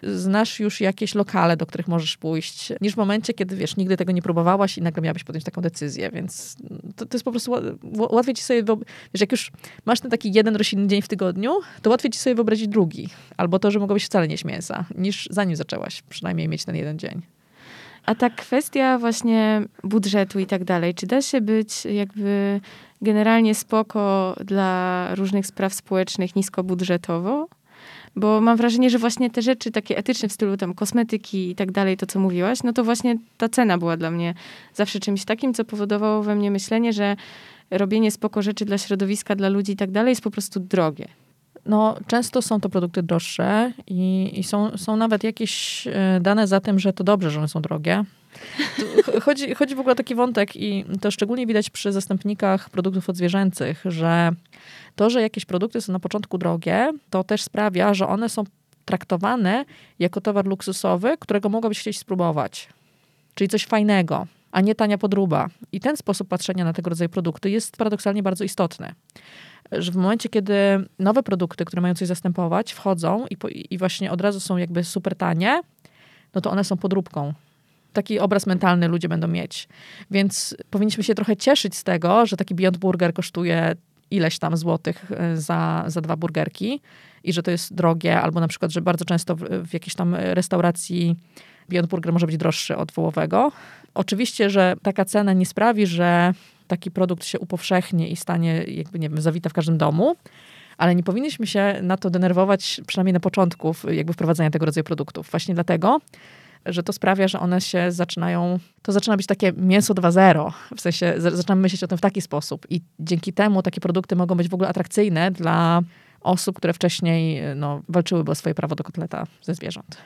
znasz już jakieś lokale, do których możesz pójść, niż w momencie, kiedy, wiesz, nigdy tego nie próbowałaś i nagle miałabyś podjąć taką decyzję, więc to, to jest po prostu łatwiej ci sobie, wiesz, jak już masz ten taki jeden roślinny dzień w tygodniu, to łatwiej ci sobie wyobrazić drugi, albo to, że mogłabyś wcale nie jeść mięsa, niż zanim zaczęłaś przynajmniej mieć ten jeden dzień. A ta kwestia właśnie budżetu i tak dalej, czy da się być jakby generalnie spoko dla różnych spraw społecznych niskobudżetowo? Bo mam wrażenie, że właśnie te rzeczy takie etyczne w stylu tam kosmetyki i tak dalej, to co mówiłaś, no to właśnie ta cena była dla mnie zawsze czymś takim, co powodowało we mnie myślenie, że robienie spoko rzeczy dla środowiska, dla ludzi i tak dalej jest po prostu drogie. No, często są to produkty droższe i, i są, są nawet jakieś dane za tym, że to dobrze, że one są drogie. Tu chodzi, chodzi w ogóle o taki wątek i to szczególnie widać przy zastępnikach produktów odzwierzęcych, że to, że jakieś produkty są na początku drogie, to też sprawia, że one są traktowane jako towar luksusowy, którego mogłabyś chcieć spróbować. Czyli coś fajnego, a nie tania podróba. I ten sposób patrzenia na tego rodzaju produkty jest paradoksalnie bardzo istotny. Że w momencie, kiedy nowe produkty, które mają coś zastępować, wchodzą i, po, i właśnie od razu są jakby super tanie, no to one są podróbką. Taki obraz mentalny ludzie będą mieć. Więc powinniśmy się trochę cieszyć z tego, że taki Beyond Burger kosztuje ileś tam złotych za, za dwa burgerki i że to jest drogie, albo na przykład, że bardzo często w, w jakiejś tam restauracji Beyond Burger może być droższy od wołowego. Oczywiście, że taka cena nie sprawi, że taki produkt się upowszechni i stanie, jakby, nie wiem, zawita w każdym domu, ale nie powinniśmy się na to denerwować, przynajmniej na początku, jakby wprowadzania tego rodzaju produktów. Właśnie dlatego, że to sprawia, że one się zaczynają, to zaczyna być takie mięso dwa zero. W sensie zaczynamy myśleć o tym w taki sposób i dzięki temu takie produkty mogą być w ogóle atrakcyjne dla osób, które wcześniej no, walczyłyby o swoje prawo do kotleta ze zwierząt.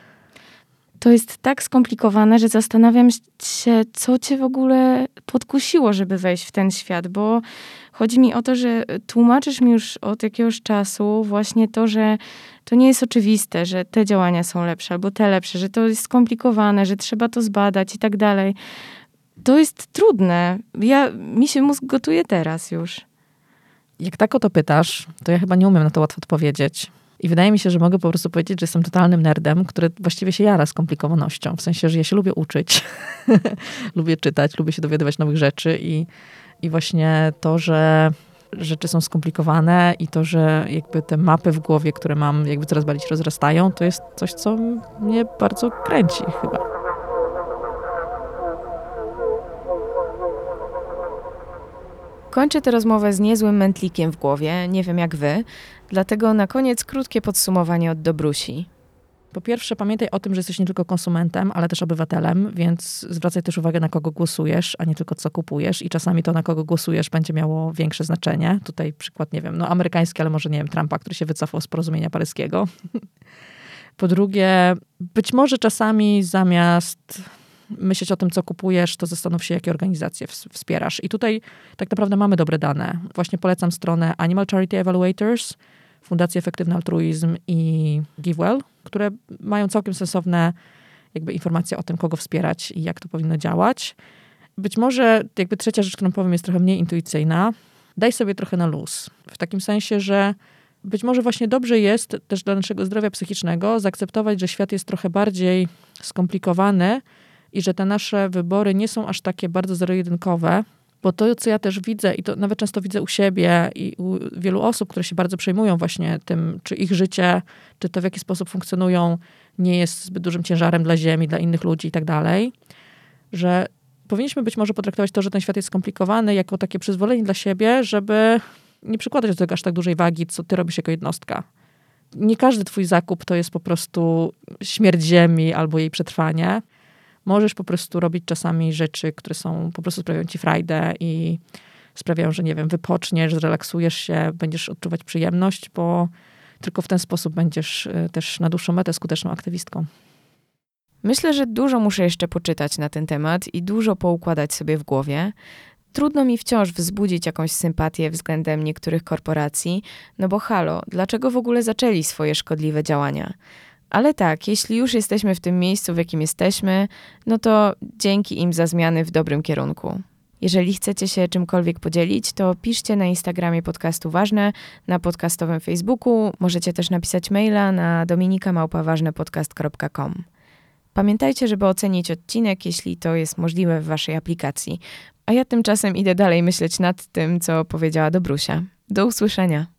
To jest tak skomplikowane, że zastanawiam się, co cię w ogóle podkusiło, żeby wejść w ten świat, bo chodzi mi o to, że tłumaczysz mi już od jakiegoś czasu właśnie to, że to nie jest oczywiste, że te działania są lepsze albo te lepsze, że to jest skomplikowane, że trzeba to zbadać i tak dalej. To jest trudne. Ja, mi się mózg gotuje teraz już. Jak tak o to pytasz, to ja chyba nie umiem na to łatwo odpowiedzieć. I wydaje mi się, że mogę po prostu powiedzieć, że jestem totalnym nerdem, który właściwie się jara skomplikowanością. W sensie, że ja się lubię uczyć, lubię czytać, lubię się dowiadywać nowych rzeczy i, i właśnie to, że rzeczy są skomplikowane i to, że jakby te mapy w głowie, które mam, jakby coraz bardziej się rozrastają, to jest coś, co mnie bardzo kręci chyba. Kończę tę rozmowę z niezłym mętlikiem w głowie, nie wiem jak wy, dlatego na koniec krótkie podsumowanie od Dobrusi. Po pierwsze, pamiętaj o tym, że jesteś nie tylko konsumentem, ale też obywatelem, więc zwracaj też uwagę, na kogo głosujesz, a nie tylko co kupujesz i czasami to, na kogo głosujesz, będzie miało większe znaczenie. Tutaj przykład, nie wiem, no amerykański, ale może, nie wiem, Trumpa, który się wycofał z porozumienia paryskiego. Po drugie, być może czasami zamiast myśleć o tym, co kupujesz, to zastanów się, jakie organizacje wspierasz. I tutaj tak naprawdę mamy dobre dane. Właśnie polecam stronę Animal Charity Evaluators, Fundacja Efektywny Altruizm i GiveWell, które mają całkiem sensowne jakby informacje o tym, kogo wspierać i jak to powinno działać. Być może jakby trzecia rzecz, którą powiem, jest trochę mniej intuicyjna. Daj sobie trochę na luz. W takim sensie, że być może właśnie dobrze jest też dla naszego zdrowia psychicznego zaakceptować, że świat jest trochę bardziej skomplikowany i że te nasze wybory nie są aż takie bardzo zero-jedynkowe, bo to, co ja też widzę i to nawet często widzę u siebie i u wielu osób, które się bardzo przejmują właśnie tym, czy ich życie, czy to w jaki sposób funkcjonują, nie jest zbyt dużym ciężarem dla ziemi, dla innych ludzi i tak dalej, że powinniśmy być może potraktować to, że ten świat jest skomplikowany jako takie przyzwolenie dla siebie, żeby nie przykładać do tego aż tak dużej wagi, co ty robisz jako jednostka. Nie każdy twój zakup to jest po prostu śmierć ziemi albo jej przetrwanie. Możesz po prostu robić czasami rzeczy, które są, po prostu sprawiają ci frajdę i sprawiają, że nie wiem, wypoczniesz, zrelaksujesz się, będziesz odczuwać przyjemność, bo tylko w ten sposób będziesz też na dłuższą metę skuteczną aktywistką. Myślę, że dużo muszę jeszcze poczytać na ten temat i dużo poukładać sobie w głowie. Trudno mi wciąż wzbudzić jakąś sympatię względem niektórych korporacji, no bo halo, dlaczego w ogóle zaczęli swoje szkodliwe działania? Ale tak, jeśli już jesteśmy w tym miejscu, w jakim jesteśmy, no to dzięki im za zmiany w dobrym kierunku. Jeżeli chcecie się czymkolwiek podzielić, to piszcie na Instagramie podcastu Ważne, na podcastowym Facebooku. Możecie też napisać maila na dominika małpa ważne podcast kropka com. Pamiętajcie, żeby ocenić odcinek, jeśli to jest możliwe w waszej aplikacji. A ja tymczasem idę dalej myśleć nad tym, co powiedziała Dobrusia. Do usłyszenia.